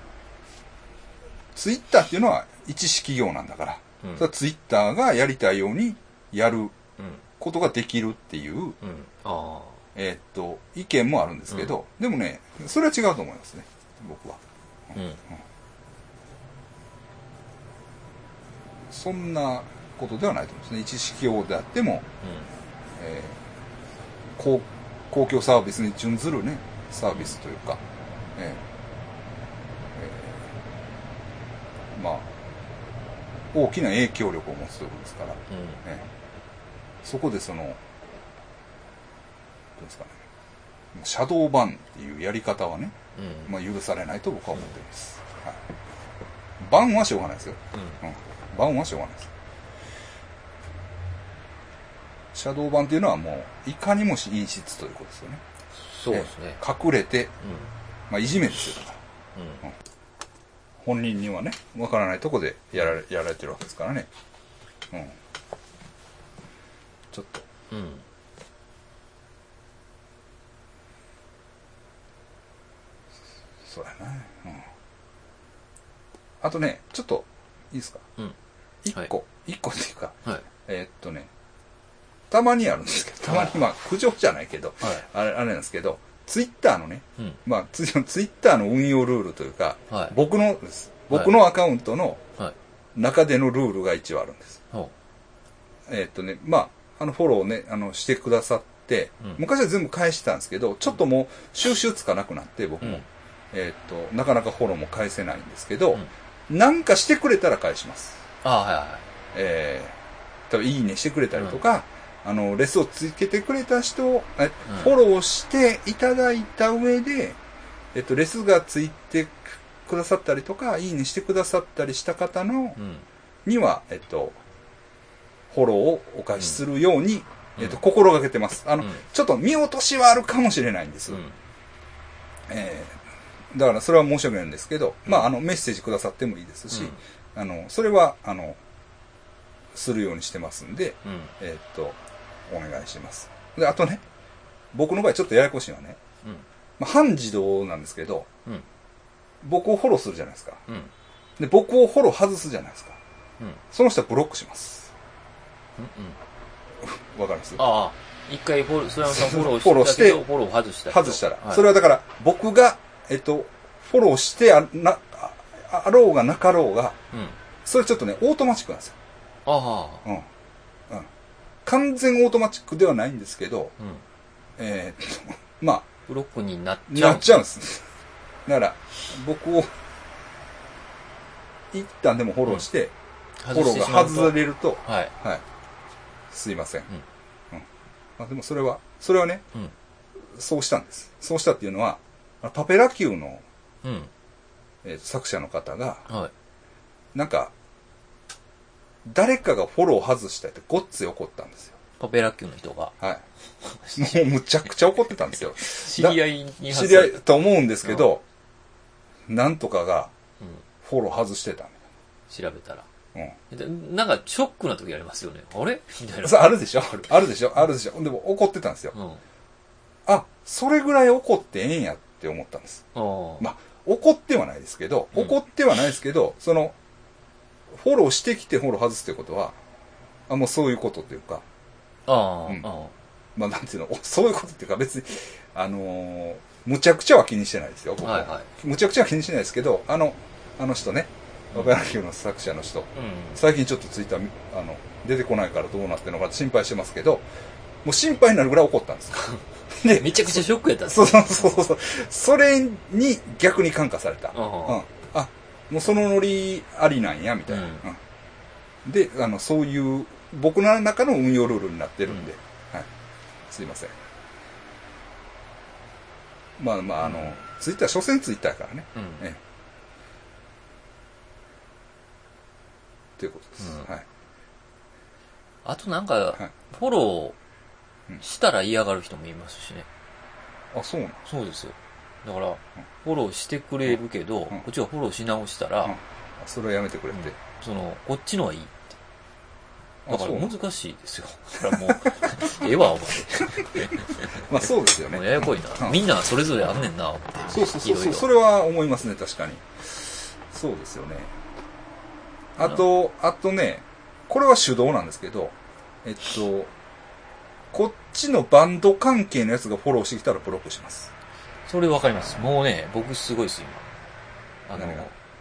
ツイッターっていうのは一種企業なんだから、うん、それはツイッターがやりたいようにやることができるっていう、うんあえー、っと意見もあるんですけど、うん、でもねそれは違うと思いますね僕は、うんうん、そんなことではないと思うんですね。一種企業であっても、うんえー、公, 公共サービスに準ずるねサービスというか、え大きな影響力を持つということですから、うんね、そこでそのどうですかね、シャドーバンっていうやり方はね、うん、まあ許されないと僕は思っています、うんはい、バンはしょうがないですよ、うんうん、バンはしょうがないです。シャドーバンっていうのはもういかにも陰湿ということですよね。 そうですね。 隠れて、うん、まあいじめですよだから、うんうん、本人にはねわからないとこでやられやられてるわけですからね。うん。ちょっと。うん。そうやな。うん。あとねちょっといいですか。うん。一個、はい、一個っていうか、はい、えー、っとね。たまにあるんですけど、たまにまあ苦情じゃないけど、はい、あれあれなんですけど、ツイッターのね、うん、まあツイッターの運用ルールというか、はい、僕の僕のアカウントの中でのルールが一応あるんです。はい、えー、っとね、まああのフォローねあのしてくださって、うん、昔は全部返してたんですけど、ちょっともう収集つかなくなって僕も、うん、えー、っとなかなかフォローも返せないんですけど、うん、なんかしてくれたら返します。あはいはい。えー、多分いいねしてくれたりとか。うんあの、レスをつけてくれた人を、え、うん、フォローしていただいた上で、えっと、レスがついてくださったりとか、いいねしてくださったりした方の、うん、には、えっと、フォローをお返しするように、うん、えっと、心がけてます。あの、うん、ちょっと見落としはあるかもしれないんです。うん、えー、だからそれは申し訳ないんですけど、まあ、あの、メッセージくださってもいいですし、あの、それは、あの、するようにしてますんで、えっと、お願いします。で、あとね、僕の場合ちょっとややこしいのはね、うんまあ、半自動なんですけど、うん、僕をフォローするじゃないですか、うん。で、僕をフォロー外すじゃないですか。うん、その人はブロックします。わ、うんうん、かりますああ。一回フォロー、それはフォローしたけど、フォローして、フォロー外した外したら、はい。それはだから、僕が、えっと、フォローしてあ、な、あろうがなかろうが、うん、それちょっとね、オートマチックなんですよ。ああ。うん。完全オートマチックではないんですけど、うん、えー、っと、まあ。 ブロックになっちゃう。 なっちゃうんです。だから、僕を、一旦でもフォローして、うん、フォローが外れると、はい。はい。すいません。うん。うん、まあ、でもそれは、それはね、うん、そうしたんです。そうしたっていうのは、パペラ級の、うんえー、作者の方が、はい、なんか、誰かがフォロー外したいってごっつい怒ったんですよ。 パペラ級の人が。 はい。もうむちゃくちゃ怒ってたんですよ。 知り合いに知り合いと思うんですけど、うん、なんとかがフォロー外してた、ね、 調べたら。うん。なんかショックな時ありますよね。あれみたいな。 あるでしょあるでしょあるでしょでも怒ってたんですよ。うん、あ、それぐらい怒ってええんやって思ったんです。まあ、怒ってはないですけど、怒ってはないですけど、うん、その、フォローしてきてフォロー外すということは、あ、もうそういうことっていうか、ああ、うん、あまあなんていうの、そういうことっていうか別に、あのー、むちゃくちゃは気にしてないですよ、僕は。はいはい、むちゃくちゃは気にしてないですけど、あの、あの人ね、和歌山級の作者の人、うん、最近ちょっとツイッター、あの、出てこないからどうなってるのか心配してますけど、もう心配になるぐらい怒ったんですで、めちゃくちゃショックやったんですそうそうそうそう。それに逆に感化された。うん、あ、もうそのノリありなんや、みたいな。うんうん、で、あの、そういう、僕の中の運用ルールになってるんで、うん、はい。すいません。まあまあ、あの、うん、ツイッター、所詮ツイッターやからね。うん、ええ。ということです。うん、はい。 あとなんか、はい、フォローしたら嫌がる人もいますしね。 あ、そうなの？ そうですよ。だから、うん、フォローしてくれるけど、うん、こっちがフォローし直したら、うん、 それはやめてくれって、うん。 その、こっちのはいいって。だから難しいですよ。だからもう、ええわ、思って。 まあそうですよね。 もうややこいな。みんなそれぞれあんねんな、思って。 そうそうそうそう、それは思いますね、確かに。そうですよね。あと、あとね、これは手動なんですけど、えっと、こっちのバンド関係のやつがフォローしてきたらブロックします。 それわかります。もうね、僕すごいです、今。あの、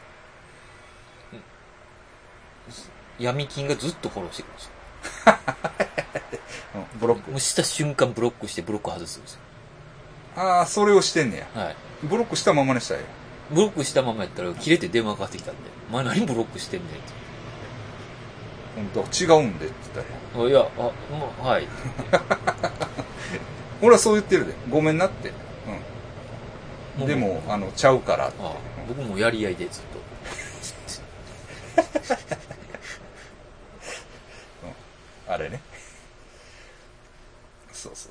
闇金がずっとフォローしてくるんですよ。ブロック。もうした瞬間ブロックしてブロック外すんですよ。 ああ、それをしてんねや。はい。ブロックしたままにしたらいい。 ブロックしたままやったら切れて電話かかってきたんで、お前何ブロックしてんねんって。 だから違うんでって言ったらいや、あ、もう、はい。 俺はそう言ってるで。ごめんなって。うん。でも、あの、ちゃうからって。 ああ、僕もやり合いでずっと。 うん、あれね。そうそう。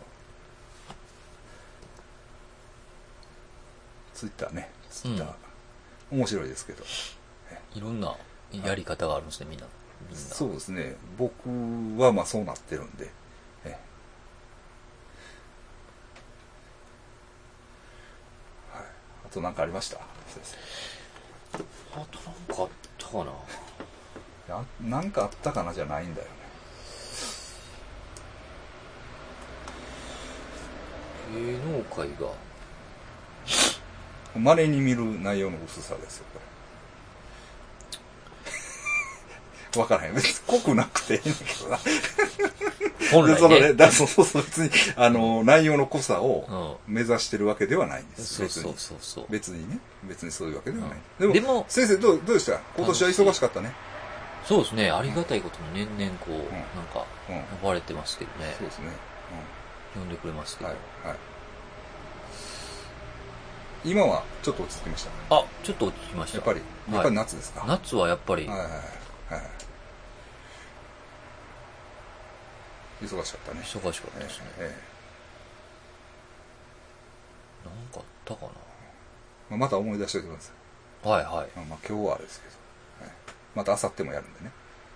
ツイッターね。ツイッター。うん、面白いですけど。 いろんなやり方があるんですね、みんな。みんな。 そうですね。僕はまあそうなってるんで。えはい、あと何かありました先生。 あと何かあったかな。 や何かあったかなじゃないんだよね。 芸能界が稀に見る内容の薄さですよこれ。分からへん。別に濃くなくていいんだけどな。 本来ね。 そのね、だそうそうそう、別に、あの、内容の濃さを目指してるわけではないんです。 うん、そうそうそう。 別にね。別にそういうわけではない。 うん、 でも、でも先生どう、どうでした今年は忙しかったね。 そうですね。ありがたいことに年々こう、うん、なんか、呼ばれてますけどね。 そうですね。 うん、呼んでくれますけど。はい。はい。 今はちょっと落ち着きました。 あ、ちょっと落ち着きました。 やっぱり、やっぱり夏ですか、はい、 夏はやっぱり。 はいはいはい。忙しかったね。 忙しかったですね。ええ、なんかあったかな。 まあ、また思い出しておいてください。はいはい。 まあ、まあ、今日はあれですけど、はい、また明後日もやるんでね。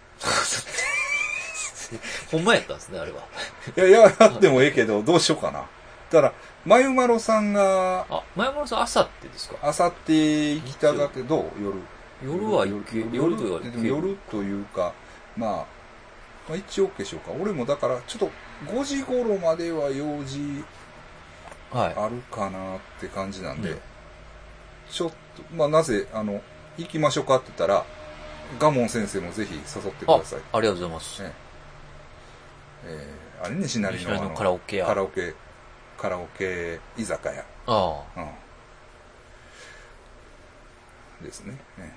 ほんまやったんですね、あれは。 いやいや、やってもええけど、どうしようかな。だから、まゆまろさんが、 あ、まゆまろさん、あさってですか？ あさって行きたがって、どう夜。 夜は行け、夜とは夜というか、まあ、まあ、一応 OK しようか。俺もだから、ちょっとごじ頃までは用事あるかなって感じなんで、はい、ちょっと、まあなぜ、あの、行きましょうかって言ったら、ガモン先生もぜひ誘ってください。 あ、ありがとうございます。 ね、えー、あれ西成の、 のカラオケ屋。 カラオケ、カラオケ居酒屋。 ああ。 うん。ですね。ね、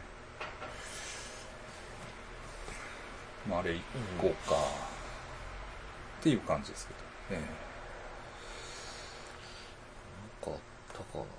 まあ、あれ行こうか、うん、っていう感じですけど、ね、 なんかあったかな、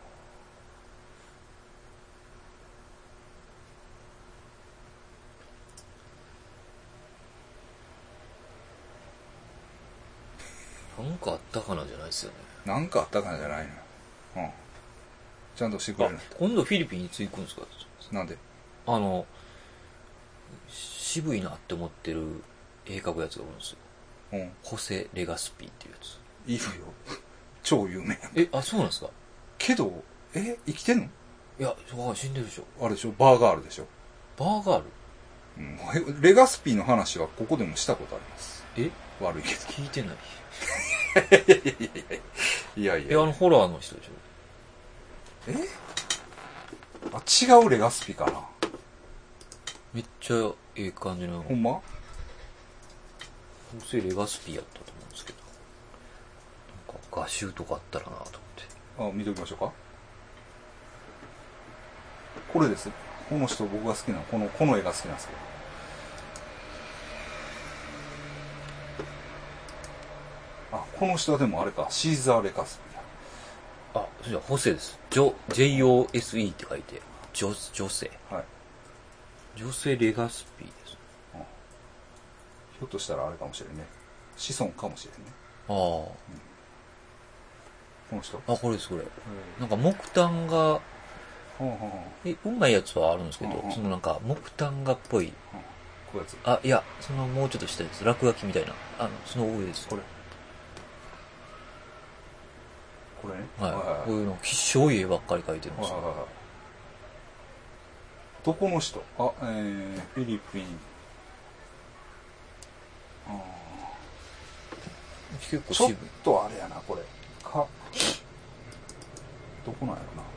うん、なんかあったかなじゃないですよね。 なんかあったかなじゃないの。うん。ちゃんとしてくれる。 今度フィリピンいつ行くんですか？ なんで？ あの渋いなって思ってる絵描くやつがおるんですよ。うん。ホセ・レガスピーっていうやつ。 いるよ。超有名やん。 え、あ、そうなんですか？ けど、え、生きてんの？ いや、死んでるでしょ。 あれでしょ、バーガールでしょ。 バーガール？ うん。レガスピーの話はここでもしたことあります。 え？ 悪いけど。 聞いてない。 いやいやいやいやいやいや。 え、あのホラーの人でしょ。 え？あ、違うレガスピーかな。 めっちゃええ感じの。 ほんま？ どうせレガスピーやったと思うんですけど。なんか画集とかあったらなと思って。 あ、見ておきましょうか。これです。この人僕が好きなの。この、この絵が好きなんですけど。あ、この人はでもあれか。シーザー・レガスピー。あ、それじゃホセです。ジョ、ジェイオーエスイー って書いて。ジョ、女性。はい。女性レガスピーです。 うん、ひょっとしたらあれかもしれんね。子孫かもしれんね。ああ、うん。この人？ あ、これです、これ。なんか木炭が、え、うまいやつはあるんですけど、そのなんか木炭画っぽい。 こういうやつ？ あ、いや、そのもうちょっと下です。落書きみたいな。あの、その上です。 これ。これね。 はい。はいはいはい、こういうの、きっしょい絵ばっかり描いてるんですよ。はいはいはい、 どこの人？あ、えー、フィリピン。あ結構ちょっとあれやな、これ。か、どこなんやろ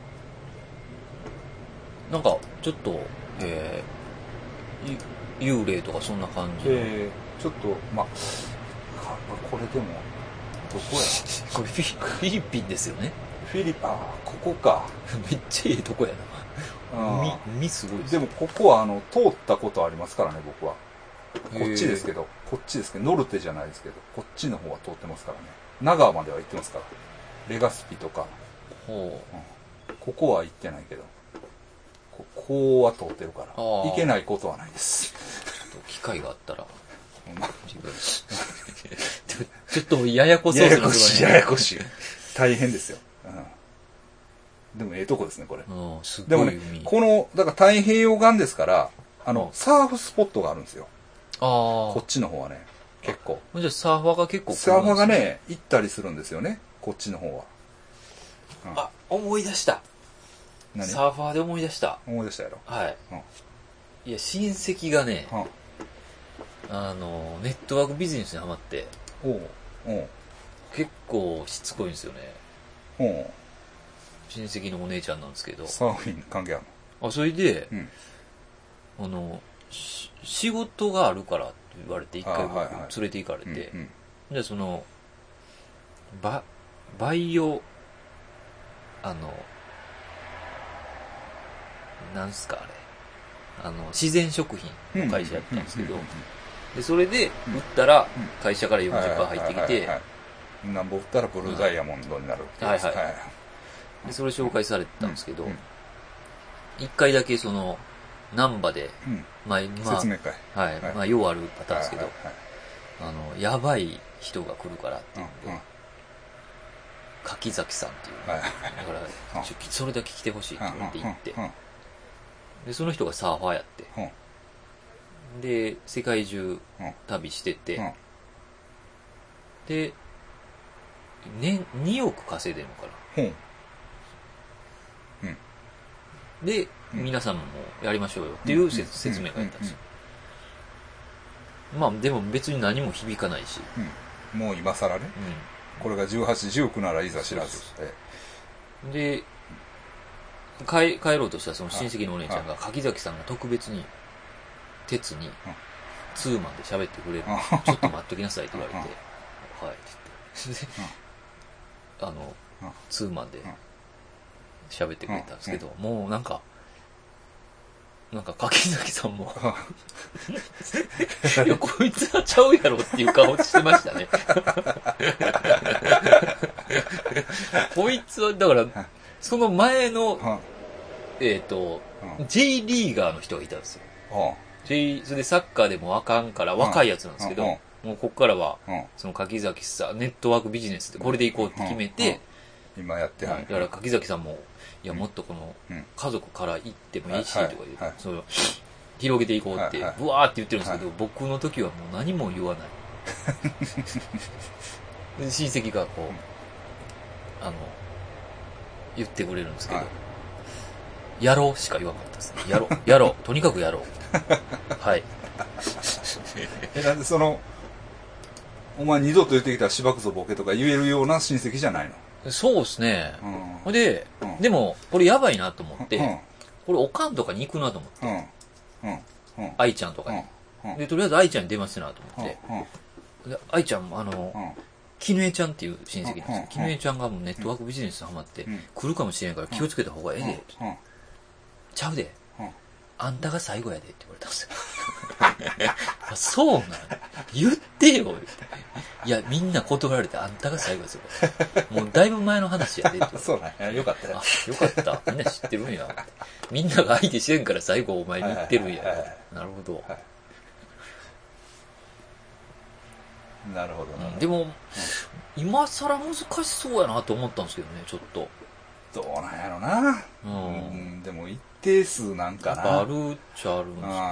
な。なんか、ちょっと、えー、幽霊とかそんな感じ。 えー、ちょっと、まあ、これでも、どこやこれフィ、フィリピンですよね。 フィリピン、あ、ここか。 めっちゃいいとこやな。み、みすごいです。 でもここはあの通ったことありますからね、僕は。 こっちですけど、こっちですけど、ノルテじゃないですけど、こっちの方は通ってますからね。長川までは行ってますから。レガスピとか。 ほう。 うん、ここは行ってないけど、ここは通ってるから、行けないことはないです。 ちょっと機会があったら。ちょっとややこそうですね。 ややこしい、ややこしい。大変ですよ。うん、でもええとこですね、これ。 すごいでもね、この、だから太平洋岸ですから、あの、サーフスポットがあるんですよ。 ああ。 こっちの方はね、結構。 じゃあサーファーが結構来るんですね。 サーファーがね、行ったりするんですよね、こっちの方は。 うん、あ、思い出した。何？サーファーで思い出した。 思い出したやろ。 はい。うん、いや、親戚がね、うんあの、ネットワークビジネスにハマって、おうおう結構しつこいんですよね。おう親戚のお姉ちゃんなんですけど。 サーフィン関係あるの？あ、それで、うん、あの、仕事があるからって言われて、一回僕連れて行かれて、で、その、バ、バイオ、あの、なんすかあれ。あの、自然食品の会社やったんですけど、で、それで、売ったら、会社から よんじゅっパーセント 入ってきて、 なんぼ売ったらブルーダイヤモンドになるっていうやつ。はいはい。 で、それ紹介されてたんですけど、一回だけその、難波で、 まあ、説明会。 はい。まあ、ようあるパターンですけど、あの、やばい人が来るからって言って、柿崎さんっていう、だから、それだけ来てほしいって言われて行って、で、その人がサーファーやって、で、世界中旅してて、うん、で、年、におく稼いでるのかな。うん、で、うん、皆さんもやりましょうよっていう説、うん、説明があったんですよ。まあ、でも別に何も響かないし。 うん、もう今更ね、うん。これがじゅうはち、じゅうきゅうならいざ知らず。 で、帰、帰ろうとしたその親戚のお姉ちゃんが、柿崎さんが特別に、鉄に、ツーマンで喋ってくれる。ちょっと待っときなさいって言われて、はいって言って。あの、ツーマンで喋ってくれたんですけど、もうなんか、なんか柿崎さんも、いや、こいつはちゃうやろっていう顔してましたね。こいつは、だから、その前の、えっと、J リーガーの人がいたんですよ。J、それでサッカーでもあかんから若いやつなんですけど、もうこっからは、その柿崎さん、ネットワークビジネスでこれでいこうって決めて、 今やってはる。 だから柿崎さんも、いや、もっとこの、家族から行ってもいいし、とか言って、それを広げていこうって、ブワーって言ってるんですけど、僕の時はもう何も言わない。で親戚がこう、あの、言ってくれるんですけど、やろうしか言わなかったですね。やろう。やろう。とにかくやろう。はい。 え、なんでその、お前二度と言ってきたらしばくぞボケとか言えるような親戚じゃないの？そうですね。うん、で、うん、でも、これやばいなと思って、うん、これおかんとかに行くなと思って、うんうん、愛ちゃんとかに、うん。で、とりあえず愛ちゃんに出ますなと思って、で愛ちゃんも、あの、きぬえちゃんっていう親戚なんですよ。きぬえちゃんがもうネットワークビジネスにハマって、来るかもしれんから気をつけた方がええで、ちゃうで、あんたが最後やでって言われたんですよ。あ、そうなん言ってよ。いや、みんな断られてあんたが最後ですよ。もうだいぶ前の話やでって。 そうなんよかったね。 あ、よかった。みんな知ってるんや。みんなが相手してんから最後お前に言ってるんや。なるほど。はい、 なるほどな。 でも、うん、今更難しそうやなと思ったんですけどね、ちょっと。 どうなんやろな。うん、うん、でも一定数なんかな。 あるっちゃあるんですよね。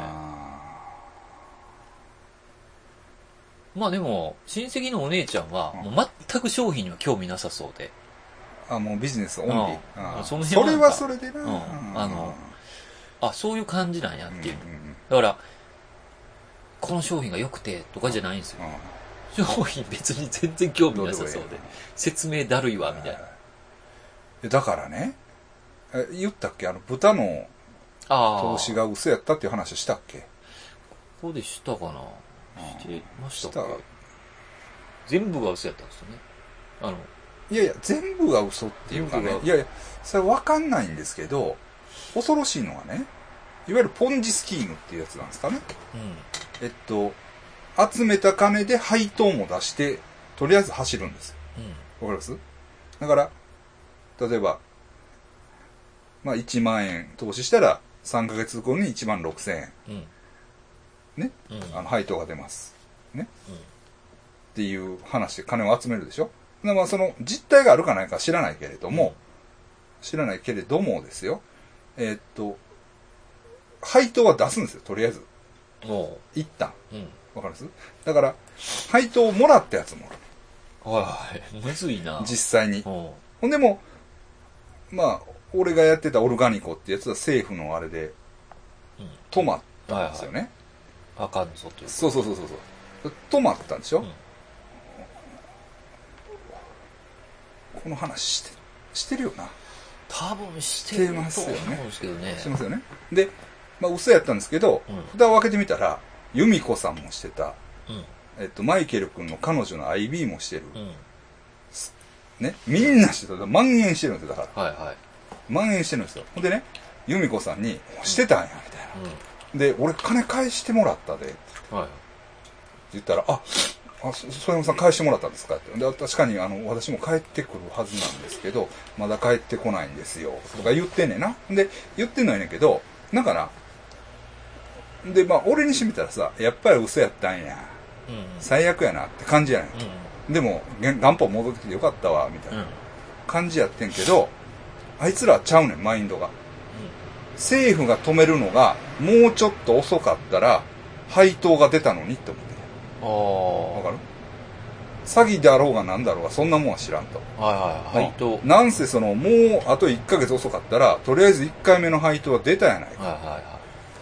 まあでも、親戚のお姉ちゃんは、もう全く商品には興味なさそうで。 あ、もうビジネスオンリー。 うん、その辺それはそれでな、うん。 あの、あ、そういう感じなんやっていう。うんうんうん、だから、この商品が良くてとかじゃないんですよ。うん、商品別に全然興味なさそうで。説明だるいわ、みたいな。だからね、言ったっけあの、豚の投資が嘘やったっていう話したっけ？ ここでしたかな？してましたっけ？全部が嘘やったんですよね。あの、 いやいや、全部が嘘っていうかね、いやいや、それは分かんないんですけど、恐ろしいのはね、いわゆるポンジスキームっていうやつなんですかね。 えっと、集めた金で配当も出して、とりあえず走るんですよ。わ、うん、かります？だから、例えば、まあいちまんえん投資したら、さんかげつごにいちまんろくせんえん。うん、ね、うん、あの配当が出ます。ね、うん。っていう話で金を集めるでしょ。まあその実態があるかないか知らないけれども、うん、知らないけれどもですよ。えー、っと、配当は出すんですよ、とりあえず。一旦。うん。わかるんです？だから、配当をもらったやつもある。はい。むずいな。 実際に。ほんでも、まあ、俺がやってたオルガニコってやつは政府のあれで、止まったんですよね。 あかんぞという。 そうそうそうそう。止まったんでしょ、うん、この話して、してるよな。 多分してるますよね。 してますね。 してますよね。で、まあ嘘やったんですけど、うん、蓋を開けてみたら、由美子さんもしてた、うん、えっと、マイケル君の彼女の アイビー もしてる。うん、ね、みんなしてた。蔓延してるんですよ、だから。はいはい。蔓延してるんですよ。ほんでね、由美子さんに、してたんや、みたいな。うん、で、俺金返してもらったで、って言ったら、はい、あ、あ、曽山さん返してもらったんですかって。で、確かに、あの、私も帰ってくるはずなんですけど、まだ帰ってこないんですよ。とか言ってんねんな。で、言ってんのやねんけど、だから、で、まあ、俺にしてみたらさ、やっぱり嘘やったんや。うんうん、最悪やなって感じやねん。うんうん、でも、元本戻ってきてよかったわ、みたいな感じやってんけど、あいつらちゃうねん、マインドが。うん、政府が止めるのが、もうちょっと遅かったら、配当が出たのにって思ってる。わかる？詐欺だろうがなんだろうが、そんなもんは知らんと。はいはい、配当。なんせその、もうあといっかげつ遅かったら、とりあえずいっかいめの配当は出たやないか。はいはいはい。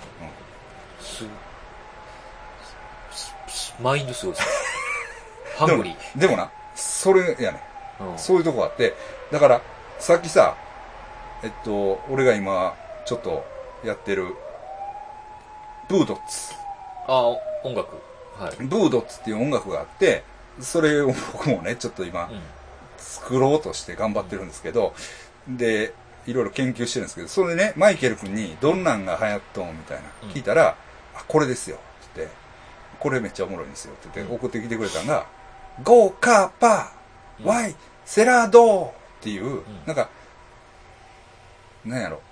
マインドすごいです。ハングリー。でもな、それやね、うん。そういうとこあって、だから、さっきさ、えっと、俺が今、ちょっとやってる、ブードッツ。 ああ、音楽。はい。 ブードッツっていう音楽があって、それを僕もね、ちょっと今、うん、作ろうとして頑張ってるんですけど、で、いろいろ研究してるんですけど、それでね、マイケル君にどんなんが流行っとんみたいな、聞いたら、うん、あ、これですよ、って言って、これめっちゃおもろいんですよって言って送ってきてくれたのが、うん、ゴーカーパー、ワイ、セラードーっていう、うん、なんか、なんやろ、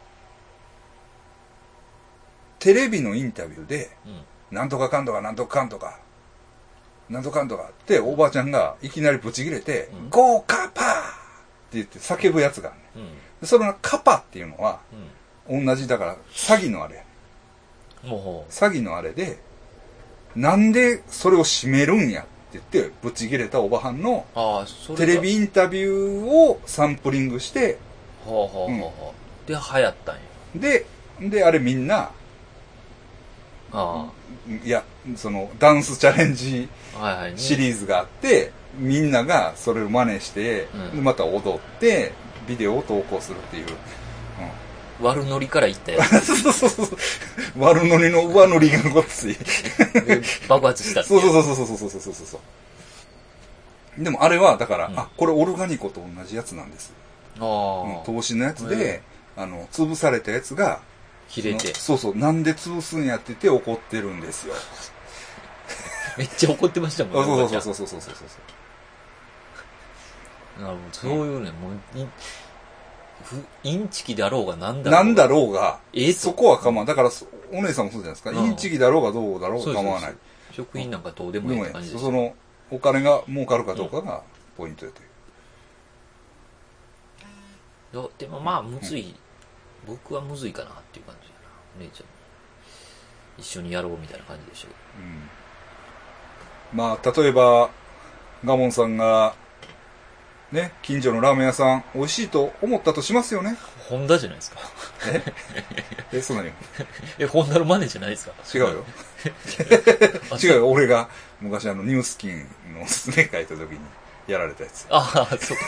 テレビのインタビューで、うん、なんとかかんとかなんとかかんとか、なんとかんとかって、おばあちゃんがいきなりブチ切れて、うん、ゴーカーパーって言って叫ぶやつがあるね、うん、そのカパっていうのは、うん、同じだから詐欺のあれやね、もう詐欺のあれで、なんでそれを閉めるんやって言って、ぶち切れたおばはんのテレビインタビューをサンプリングして、 はあはあはあ、うん、で流行ったんや。 で、で、あれみんな、あいや、そのダンスチャレンジシリーズがあって、はいはいね、みんながそれを真似して、うん、また踊って、ビデオを投稿するっていう。 うん、悪ノリからいったやつ。そうそうそうそう。悪ノリの上ノリがごっつい。 爆発したって。 そうそうそうそうそうそうそうそう。でもあれは、だから、うん、あ、これオルガニコと同じやつなんです。ああ。投資のやつで、あの、潰されたやつが、 切れて。 そうそう、なんで潰すんやってて怒ってるんですよ。 めっちゃ怒ってましたもんね。そうそうそうそうそうそうそう。 なるほど、そういうね、もう、インチキだろうがなんだろうが。 なんだろうが、えー、そこは構わない。だから、お姉さんもそうじゃないですか。インチキだろうがどうだろうが構わない。 食品なんかどうでもいいって感じです。 その、お金が儲かるかどうかがポイントやという。うん、でもまあ、むずい、うん。僕はむずいかなっていう感じだな。お姉ちゃん一緒にやろうみたいな感じでしたけど。 うん、まあ、例えば、ガモンさんが、ね、近所のラーメン屋さん、美味しいと思ったとしますよね。 ホンダじゃないですか。 ええ、そんなにえ、ホンダのマネじゃないですか。 違うよ。違うよ。俺が昔あの、ニュースキンのおすすめ書いた時にやられたやつ。 ああ、そう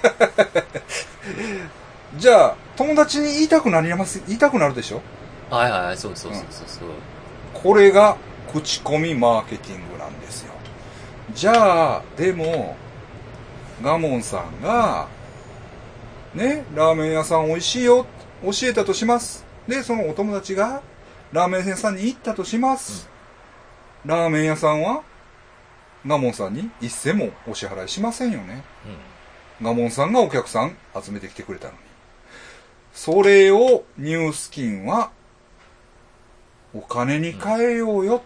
じゃあ、友達に言いたくなります、言いたくなるでしょ？ はいはいはい、そうそうそうそう、うん。 これが、口コミマーケティングなんですよ。じゃあ、でも、ガモンさんが、ね、ラーメン屋さん美味しいよ、教えたとします。で、そのお友達が、ラーメン屋さんに行ったとします。 ラーメン屋さんはガモンさんに一銭もお支払いしませんよね。うん、ガモンさんがお客さん集めてきてくれたのに。それをニュースキンはお金に変えようよ。うん、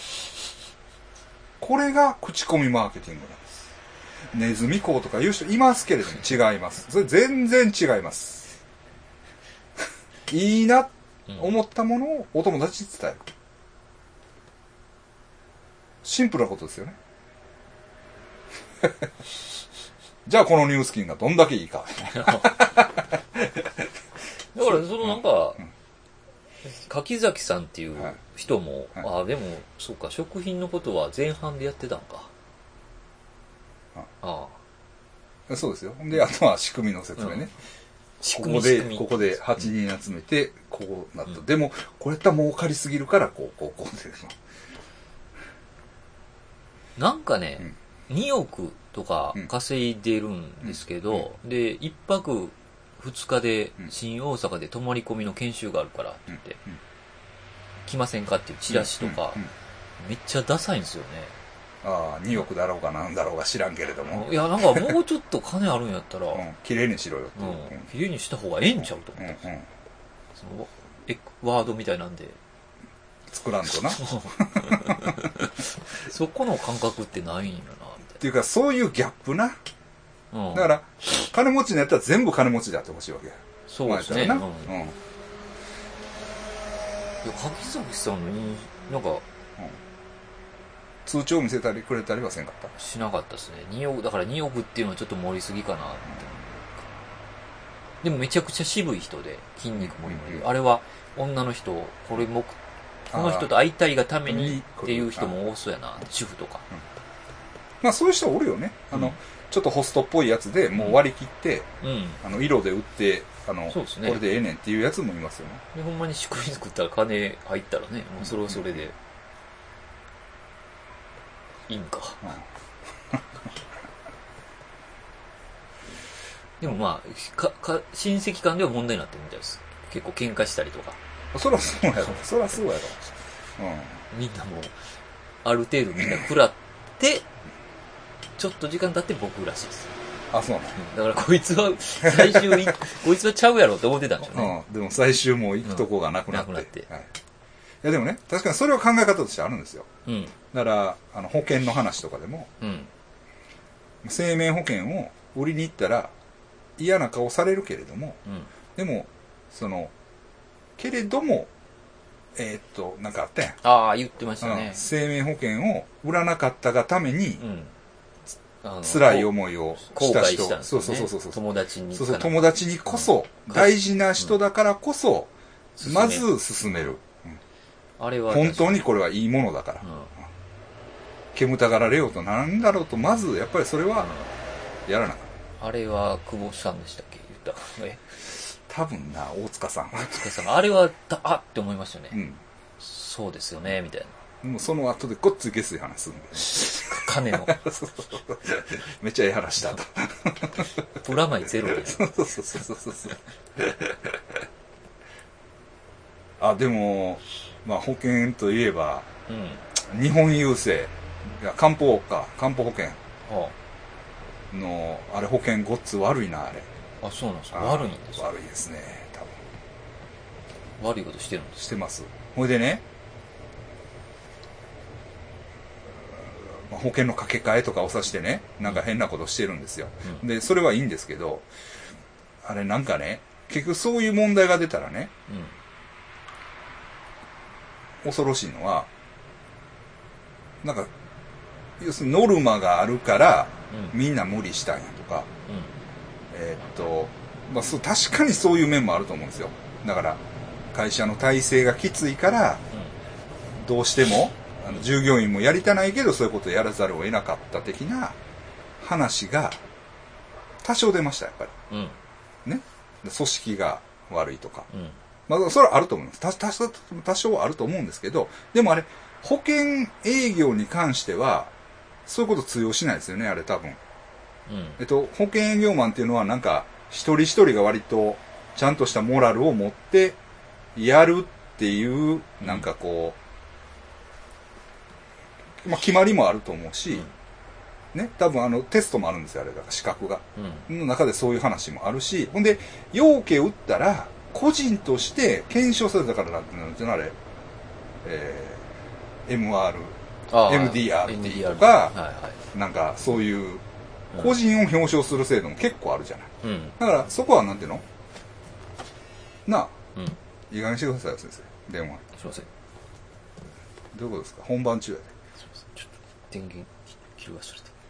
これが口コミマーケティングなんです。ネズミ講とか言う人いますけれども違います。それ全然違います。いいな思ったものをお友達に伝える。シンプルなことですよね。じゃあこのニュースキンがどんだけいいか。 だからそのなんか、うん、柿崎さんっていう人も、はいはい、ああでもそうか食品のことは前半でやってたんか。 あああそうですよ。であとは仕組みの説明ね。うん、仕組みここでここではちにん集めてこうなった。うん、でもこれやったら儲かりすぎるからこうこうこうっていうの。 なんかね、うん、におくとか稼いでるんですけど、うんうん、で、いっぱくふつかで新大阪で泊まり込みの研修があるからって言って、うんうん、来ませんかっていうチラシとか、うんうんうん、めっちゃダサいんですよね。 ああ、におくだろうかなんだろうが知らんけれども。 いや、なんかもうちょっと金あるんやったら、うん、 綺麗にしろよって、 うん。綺麗にした方がええんちゃうと思って、うんうん、そのえワードみたいなんで。 作らんとな。 そこの感覚ってないんやなみたいな。 っていうかそういうギャップな、うん、だから金持ちのやったら全部金持ちであってほしいわけ。 そうですね。 な、 うん、 うん、いや柿崎さんのなんか、うん、 通帳見せたりくれたりはせんかった？ しなかったですね。におくだからにおくっていうのはちょっと盛りすぎかなって、うん、でもめちゃくちゃ渋い人で筋肉もりもりで、うんうん、あれは女の人これもこの人と会いたいがためにっていう人も多そうやな、主婦とか、うん、 まあそういう人おるよね。あの、うん、ちょっとホストっぽいやつでもう割り切って、うん、あの色で売ってあのそうですね、これでええねんっていうやつもいますよね。 でほんまに仕組み作ったら金入ったらね、もうそれはそれでいいんか、うん、でもまあかか親戚間では問題になってるみたいです。結構喧嘩したりとか。 そらそうやろ。そらそうやろ。 うん。みんなもう、ある程度みんな食らって、ちょっと時間経って僕らしいです。 あ、そうなの、 うん、だからこいつは、最終、こいつはちゃうやろって思ってたんでしょうね。 うん。でも最終もう行くとこがなくなって。うん、なくなって。はい。いやでもね、確かにそれは考え方としてあるんですよ。うん。だから、あの、保険の話とかでも、うん。生命保険を売りに行ったら嫌な顔されるけれども、うん。でも、その、けれども、えー、っと、なんかあったやん。 ああ、言ってましたね、 うん。生命保険を売らなかったがために、うん、辛い思いをした人。 したんですよね、 そうそうそうそう。 友達に。 そうそう、友達にこそ、うん、大事な人だからこそ、うん、まず進める。 うん、あれは本当にこれはいいものだから。うん、煙たがられようとなんだろうと、まずやっぱりそれは、やらなかった。 あれは久保さんでしたっけ言った。え多分な、大塚さん。 大塚さん。あれは、あって思いましたね。うん。そうですよね、みたいな。 もうその後でごっついゲスい話するんで。 金の。 めっちゃええ話したと。 プラマイゼロで。 そうそうそうそうそう。あ、でも、まあ保険といえば、うん、日本郵政、いや、漢方か、漢方保険の、あれ保険ごっつ悪いな、あれ。 あ、そうなんですか。悪いんですか。 悪いですね、多分。悪いことしてるんですか。 してます。ほいでね、まあ、保険の掛け替えとかをさしてね、なんか変なことしてるんですよ。うん、で、それはいいんですけど、あれなんかね、結局そういう問題が出たらね、うん、恐ろしいのは、なんか、要するにノルマがあるから、うん、みんな無理したんやとか、うんえー、っと、まあ、そう、確かにそういう面もあると思うんですよ。だから、会社の体制がきついから、うん、どうしても、あの従業員もやりたないけど、そういうことをやらざるを得なかった的な話が、多少出ました、やっぱり。うん、ね。組織が悪いとか。うん、まあ、それはあると思います。多, 多, 多少あると思うんですけど、でもあれ、保険営業に関しては、そういうこと通用しないですよね、あれ多分。うん、えっと、保険営業マンっていうのはなんか一人一人が割とちゃんとしたモラルを持ってやるっていうなんかこまあ決まりもあると思うし、うん、ね、多分あのテストもあるんですよ、あれだから資格が、うん、の中でそういう話もあるし、ほんで要件打ったら個人として検証されたからなんていうのってのあれ、えー、エムアール、エムディーアールティー とか、はいはい、なんかそういう個人を表彰する制度も結構あるじゃない、うん、だからそこはなんていうのなあ、うん、いい加減にしてくださいよ先生、電話。 すいません。 どういうことですか、本番中やで。 すいません、ちょっと電源切る忘れた。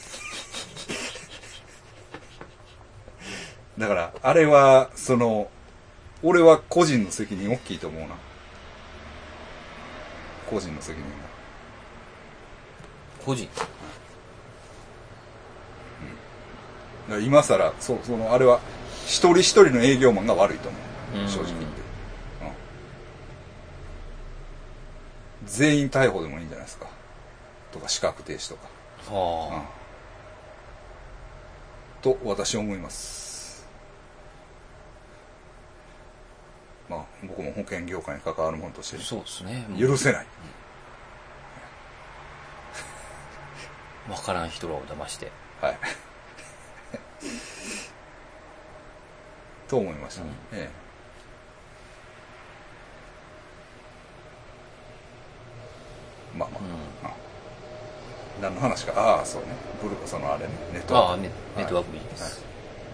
だからあれはその俺は個人の責任大きいと思うな。個人の責任が。 個人。 うん。だから今更そうそのあれは一人一人の営業マンが悪いと思う。正直言って。うん。全員逮捕でもいいんじゃないですか。とか資格停止とか。はあ。うん。と私は思います。まあ、僕も保険業界に関わるものとしてそうですね、 許せない、 うん、分からん人らを騙してはいと思いましたね、うん、ええ、まあまあ、うん、あ何の話か、ああそうね、ブルそのあれね、ネットワーク、 ああネットワークビジネス、はいはい、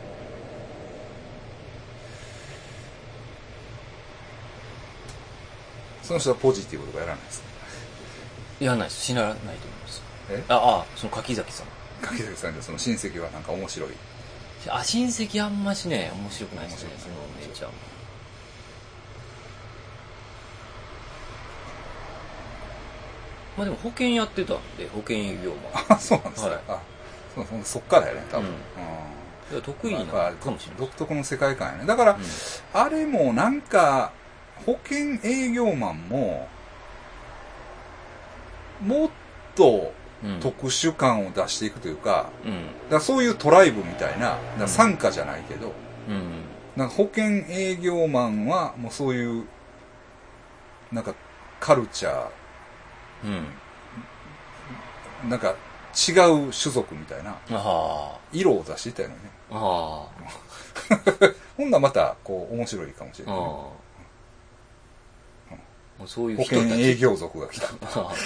その人はポジティブとかやらないですか？ やらないです。死なないと思います。 え？ ああ、その柿崎さん。 柿崎さんでその親戚はなんか面白い。 あ、親戚あんましね、面白くないですね。そのお姉ちゃん。まあでも保険やってたんで、保険営業も。 あ、そうなんですか。はい、あ、そ, そっからやね、多分。 うん、うん、得意なのかもしれない。 独特の世界観やね。だから、うん、あれもなんか、保険営業マンも、もっと特殊感を出していくというか、うん、だからそういうトライブみたいな、傘下じゃないけど、うん、なんか保険営業マンはもうそういう、なんかカルチャー、うん、なんか違う種族みたいな色を出していったよね。あほんならまたこう面白いかもしれない、ね。 もうそういう保険営業族が来た。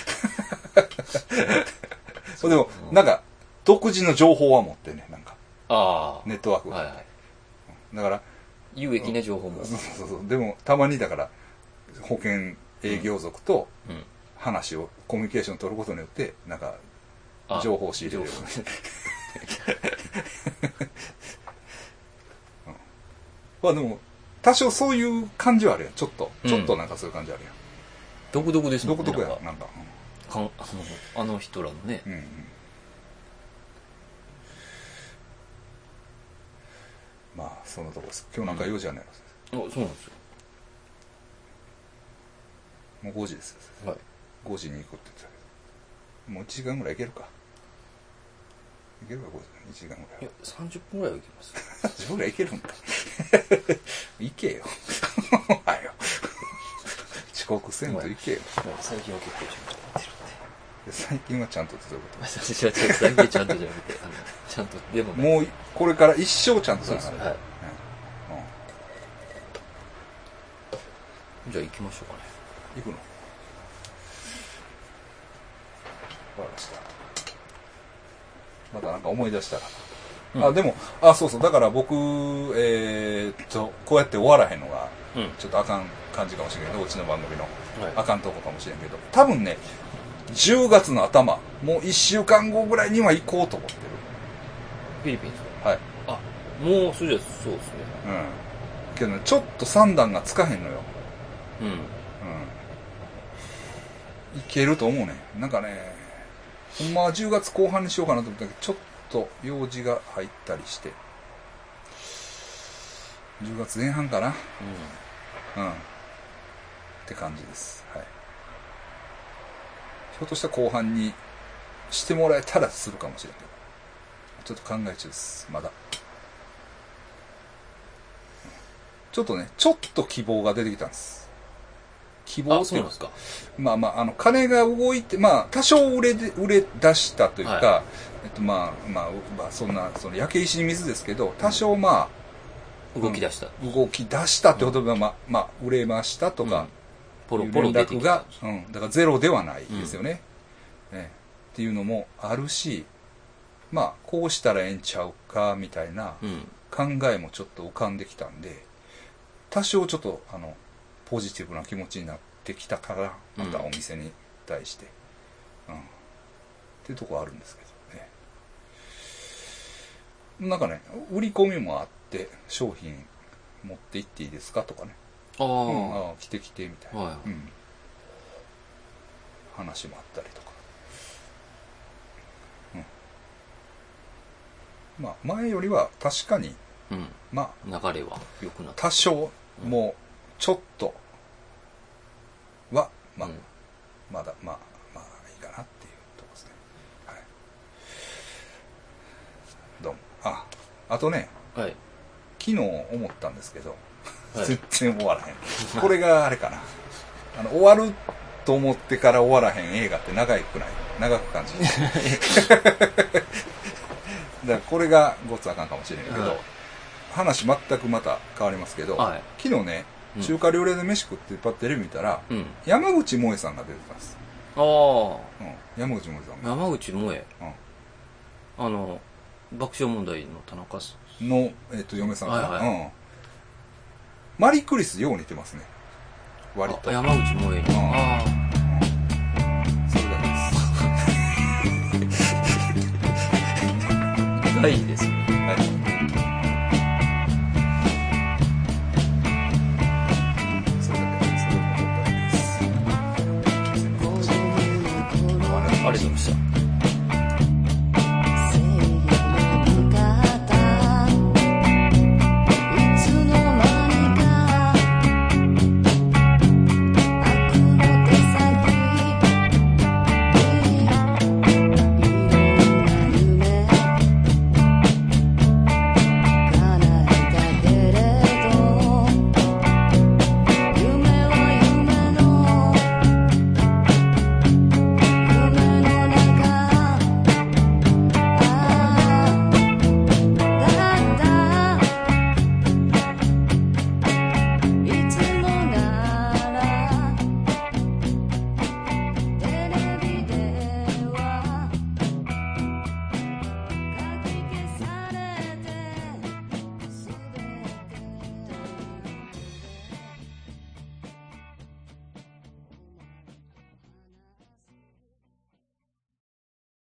でも、なんか、独自の情報は持ってね、なんか。あネットワークが、はいはい。だから、 有益な情報も。 そうそうそう。でも、たまにだから、保険営業族と話を、うん、コミュニケーションを取ることによって、なんか、情報を仕入れる。まあでも、多少そういう感じはあるやん。ちょっと。ちょっとなんかそういう感じあるやん。 独特ですね。 独特やん。なんか。 かんあのあの人らのね。うんうん、 まあ、そんなとこです。今日なんか用事あんねやろ、うん、あ、そうなんですよ。 もうごじですよ。はい。ごじに行くって言ってたけど。もういちじかんぐらい行けるか。いけるか、ごじ。いちじかんぐらい。 いや、さんじゅっぷんぐらいは行けます。 さんじゅっぷんぐらい行けるんか。行けよ。はよ。遅刻せんと行けよ。 最近は結構ちゃんとやってるんで。 最近はちゃんとってどういうこと？ 私は最近ちゃんとじゃなくて、あのちゃんとでも、 ね、もうこれから一生ちゃんとするんですね。はい。うん、じゃあ行きましょうかね。 行くの？わかりました。またなんか思い出したら。うん、あでもあそうそうだから僕えー、っとこうやって終わらへんのが、うん、ちょっとあかん感じかもしれんけどうちの番組の、はい、あかんとこかもしれんけど多分ねじゅうがつの頭もういっしゅうかんごぐらいには行こうと思ってる。 フィリピンですか？ はい。 あもうそれじゃそうですね。 うんけどねちょっと算段がつかへんのよ。うんうんいけると思うね。なんかねほんまはじゅうがつこう半にしようかなと思ったけどちょっと用事が入ったりしてじゅうがつぜん半かな。うん、うん、って感じです。はい。ひょっとしたら後半にしてもらえたらするかもしれんけどちょっと考え中です。まだちょっとねちょっと希望が出てきたんです。 希望ってそうなんですか。 まあまあ、あの、金が動いて、まあ、多少売れで、売れ出したというか、はい、えっと、まあ、まあ、まあ、そんな、その、焼け石に水ですけど、多少まあ、 うん、動き出した。 動き出したってことは、まあ、まあ、売れましたとか、うん、 ポロポロ出てきた。 うん、だからゼロではないですよね。うん、ねっていうのもあるし、まあ、こうしたらええんちゃうか、みたいな考えもちょっと浮かんできたんで、多少ちょっと、あの、ポジティブな気持ちになってきたから、またお店に対して、うん、うん、っていうところあるんですけどね。なんかね、売り込みもあって、商品持って行っていいですかとかね。 あ、うん、 あ、来て来てみたいな、はい、うん、話もあったりとか。うん、まあ、前よりは確かに、 うん、 まあ、 流れは良くなった。 多少、もう、ちょっとは、まあ、うん、まだ、まあ、まあ、いいかなっていうところですね。はい。どうも。あ、あとね、 はい、 昨日思ったんですけど、はい、全然終わらへん。これがあれかな。あの、終わると思ってから終わらへん映画って長くない？長く感じる。だからこれがごつあかんかもしれないけど、はい、話全くまた変わりますけど、はい、昨日ね、中華料理屋で飯食ってパッテレビ見たら、うん、山口萌さんが出てたんです。 ああ、 うん、山口萌さんが。 山口萌、うん、あの爆笑問題の田中の、えー、と嫁さんかな、 はいはい、 うん、マリクリスよう似てますね。割と。 山口萌、うん、ああ、 それだけです。 意外ですね。はい。ありがとうございました。